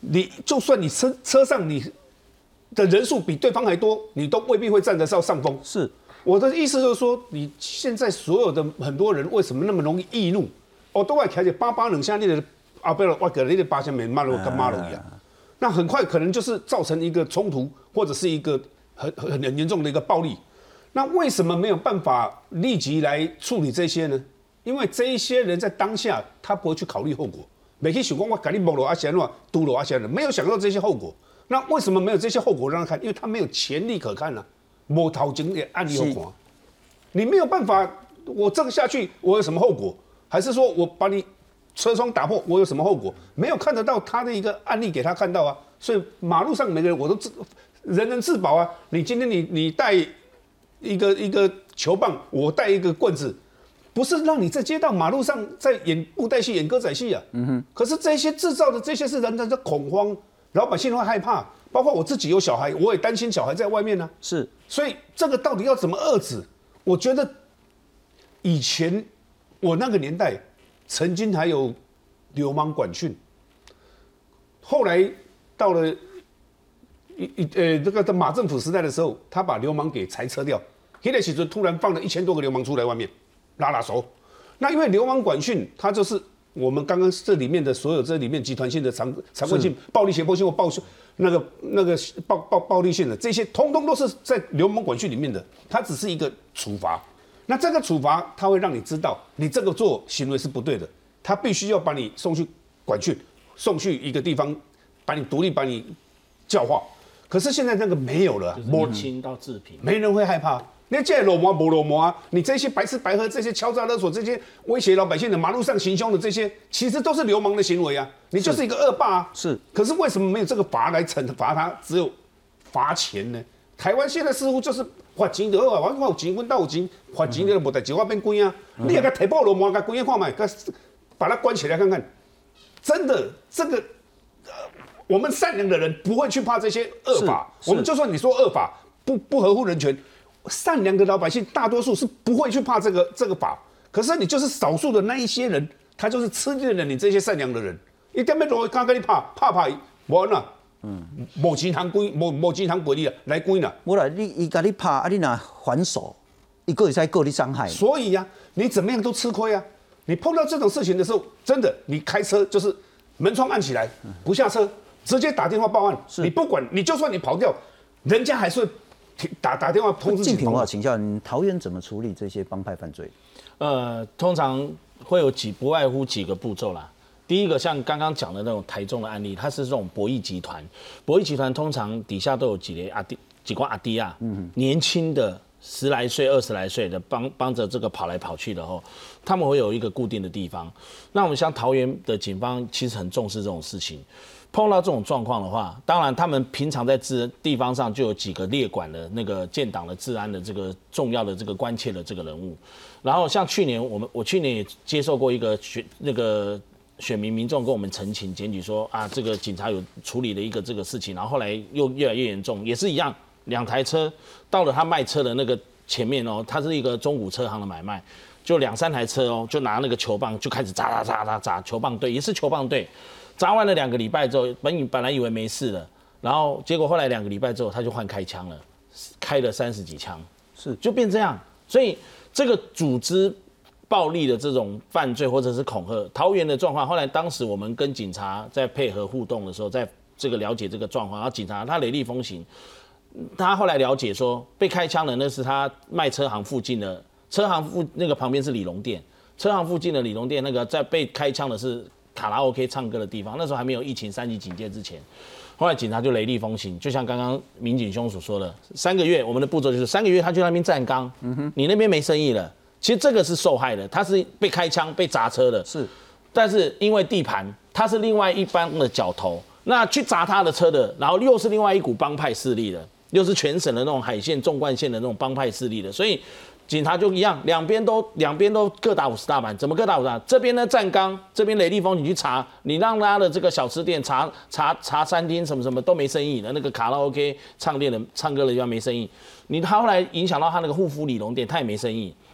你就算你车上你的人数比对方还多，你都未必会占得到上风。 是我的意思就是说，你现在所有的很多人为什么那么容易易怒？哦，都爱开始88现在你的啊，不要我给了你的8千美骂了我干嘛了一样，那很快可能就是造成一个冲突，或者是一个很严重的一个暴力。那为什么没有办法立即来处理这些呢？因为这一些人在当下他不会去考虑后果，没去想讲我给你摸了啊些喏，堵了啊些喏，没有想到这些后果。那为什么没有这些后果让他看？因为他没有前例可看啊，没头前的案例有看，你没有办法，我这个下去我有什么后果？还是说我把你车窗打破，我有什么后果？没有看得到他的一个案例给他看到啊。所以马路上每个人我都人人自保啊。你今天你带一个球棒，我带一个棍子，不是让你在街道马路上在演布袋戏、演歌仔戏啊。可是这些制造的这些是人的恐慌。老百姓会害怕，包括我自己有小孩，我也担心小孩在外面呢。 是， 所以这个到底要怎么遏制？我觉得以前我那个年代曾经还有流氓管训，后来到了这个马政府时代的时候，他把流氓给裁撤掉。那个时候突然放了1000多个流氓出来外面拉手，那因为流氓管训，它就是我们刚刚这里面的所有这里面集团性的常规性、暴力胁迫性或那个暴力性的这些，通通都是在流氓管训里面的，它只是一个处罚。那这个处罚，它会让你知道你这个做行为是不对的，他必须要把你送去管训，送去一个地方，把你独立，把你教化。可是现在那个没有了， 摸清到治平， 没人会害怕。那这裸模不裸模啊？你这些白吃白喝、这些敲诈勒索、这些威胁老百姓的马路上行凶的这些，其实都是流氓的行为啊！你就是一个恶霸啊！ 是。 可是为什么没有这个罚来惩罚他？只有罚钱呢？台湾现在似乎就是罚钱就好啊，我有钱，我倒有钱，罚钱就无代志，我变关啊！你也给提报裸模，给关起看卖，把他关起来看看。真的，这个我们善良的人不会去怕这些恶法。我们就算你说恶法不合乎人权。善良的老百姓大多数是不会去怕这个法，可是你就是少数的那一些人，他就是吃尽了你这些善良的人，一点没容易刚跟你怕，无啦，无钱通归，无钱通归你啊，来归啦。 我来伊甲你拍，啊你若还手，一个会使告你伤害。 所以呀，你怎么样都吃亏啊！你碰到这种事情的时候，真的你开车就是门窗按起来，不下车，直接打电话报案。你不管，你就算你跑掉，人家还是。打电话通知警方。 我请教你，桃园怎么处理这些帮派犯罪？ 通常会有不外乎几个步骤啦。第一个像刚刚讲的那种台中的案例，它是这种博弈集团。博弈集团通常底下都有几个阿弟啊，年轻的10来岁、20来岁的帮着这个跑来跑去的后，他们会有一个固定的地方。那我们像桃园的警方其实很重视这种事情。碰到这种状况的话，当然他们平常在地方上就有几个列管的那个建党的治安的这个重要的这个关切的这个人物。然后像去年我去年也接受过一个选民众跟我们陈情检举说啊，这个警察有处理了一个这个事情，然后后来又越来越严重，也是一样，2台车到了他卖车的那个前面哦，他是一个中古车行的买卖，就2、3台车哦，就拿那个球棒就开始砸球棒队，也是球棒队。砸完了2个礼拜之后，本来以为没事了，然后结果后来2个礼拜之后，他就换开枪了，开了30几枪， 是就变这样。所以这个组织暴力的这种犯罪或者是恐吓，桃园的状况，后来当时我们跟警察在配合互动的时候，在这个了解这个状况，然后警察他雷厉风行，他后来了解说被开枪的那是他卖车行附近的那个旁边是理容店，车行附近的理容店那个在被开枪的是。卡拉 OK 唱歌的地方，那时候还没有疫情3级警戒之前，后来警察就雷厉风行，就像刚刚民警兄所说的，3个月，我们的步骤就是3个月，他就在那边站岗，你那边没生意了。其实这个是受害的，他是被开枪、被砸车的， 是， 但是因为地盘，他是另外一帮的角头，那去砸他的车的，然后又是另外一股帮派势力的，又是全省的那种海线、纵贯线的那种帮派势力的，所以。警察就一样，两边都各打50大板，怎么各打50大板？这边呢站岗，这边雷厉风行去查，你让他的这个小吃店查餐厅什么都没生意的，那个卡拉 OK 唱歌的地方没生意，他后来影响到他那个护肤理容店，他也没生意。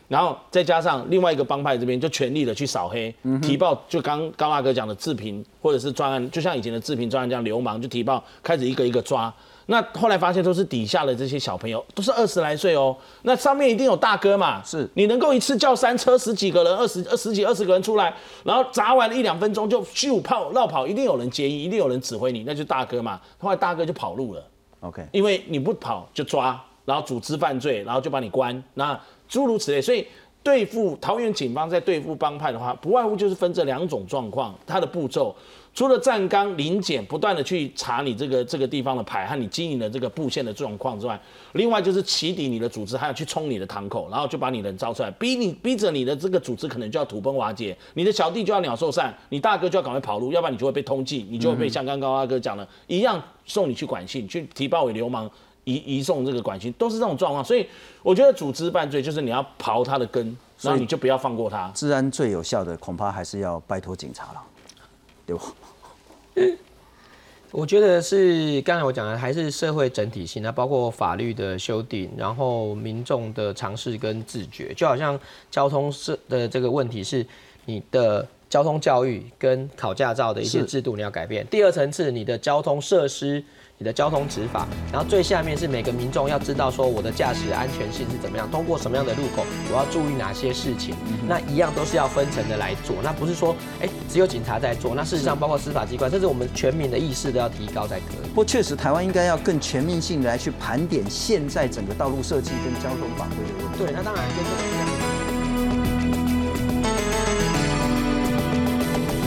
然后再加上另外一个帮派这边就全力的去扫黑，提报就刚高大哥讲的治平或者是专案，就像以前的治平专案这样流氓就提报，开始一个一个抓。那后来发现都是底下的这些小朋友，都是20来岁哦。那上面一定有大哥嘛，是你能够一次叫3车10几个人，20个人出来，然后砸完1、2分钟就咻绕跑，一定有人接应，一定有人指挥你，那就是大哥嘛。后来大哥就跑路了 ，OK， 因为你不跑就抓，然后组织犯罪，然后就把你关，那诸如此类。所以对付桃园警方在对付帮派的话，不外乎就是分这2种状况，它的步骤。除了站岗临检，不断的去查你这个地方的牌和你经营的这个布线的状况之外，另外就是起底你的组织，还要去冲你的堂口，然后就把你人招出来，逼着你的这个组织可能就要土崩瓦解，你的小弟就要鸟兽散，你大哥就要赶快跑路，要不然你就会被通缉，你就会被像刚高大哥讲的一样送你去管训，去提报为流氓，移送这个管训，都是这种状况。所以我觉得组织犯罪就是你要刨他的根，然后你就不要放过他。 治安最有效的恐怕还是要拜托警察了，对吧？ 我觉得是刚才我讲的，还是社会整体性，那包括法律的修订，然后民众的尝试跟自觉，就好像交通的这个问题是你的交通教育跟考驾照的一些制度你要改变。第二层次，你的交通设施、你的交通执法，然后最下面是每个民众要知道说我的驾驶安全性是怎么样，通过什么样的路口，我要注意哪些事情。那一样都是要分层的来做，那不是说只有警察在做，那事实上包括司法机关，甚至我们全民的意识都要提高才可以。 不过确实，台湾应该要更全面性的来去盘点现在整个道路设计跟交通法规的问题。 对，那当然跟这个。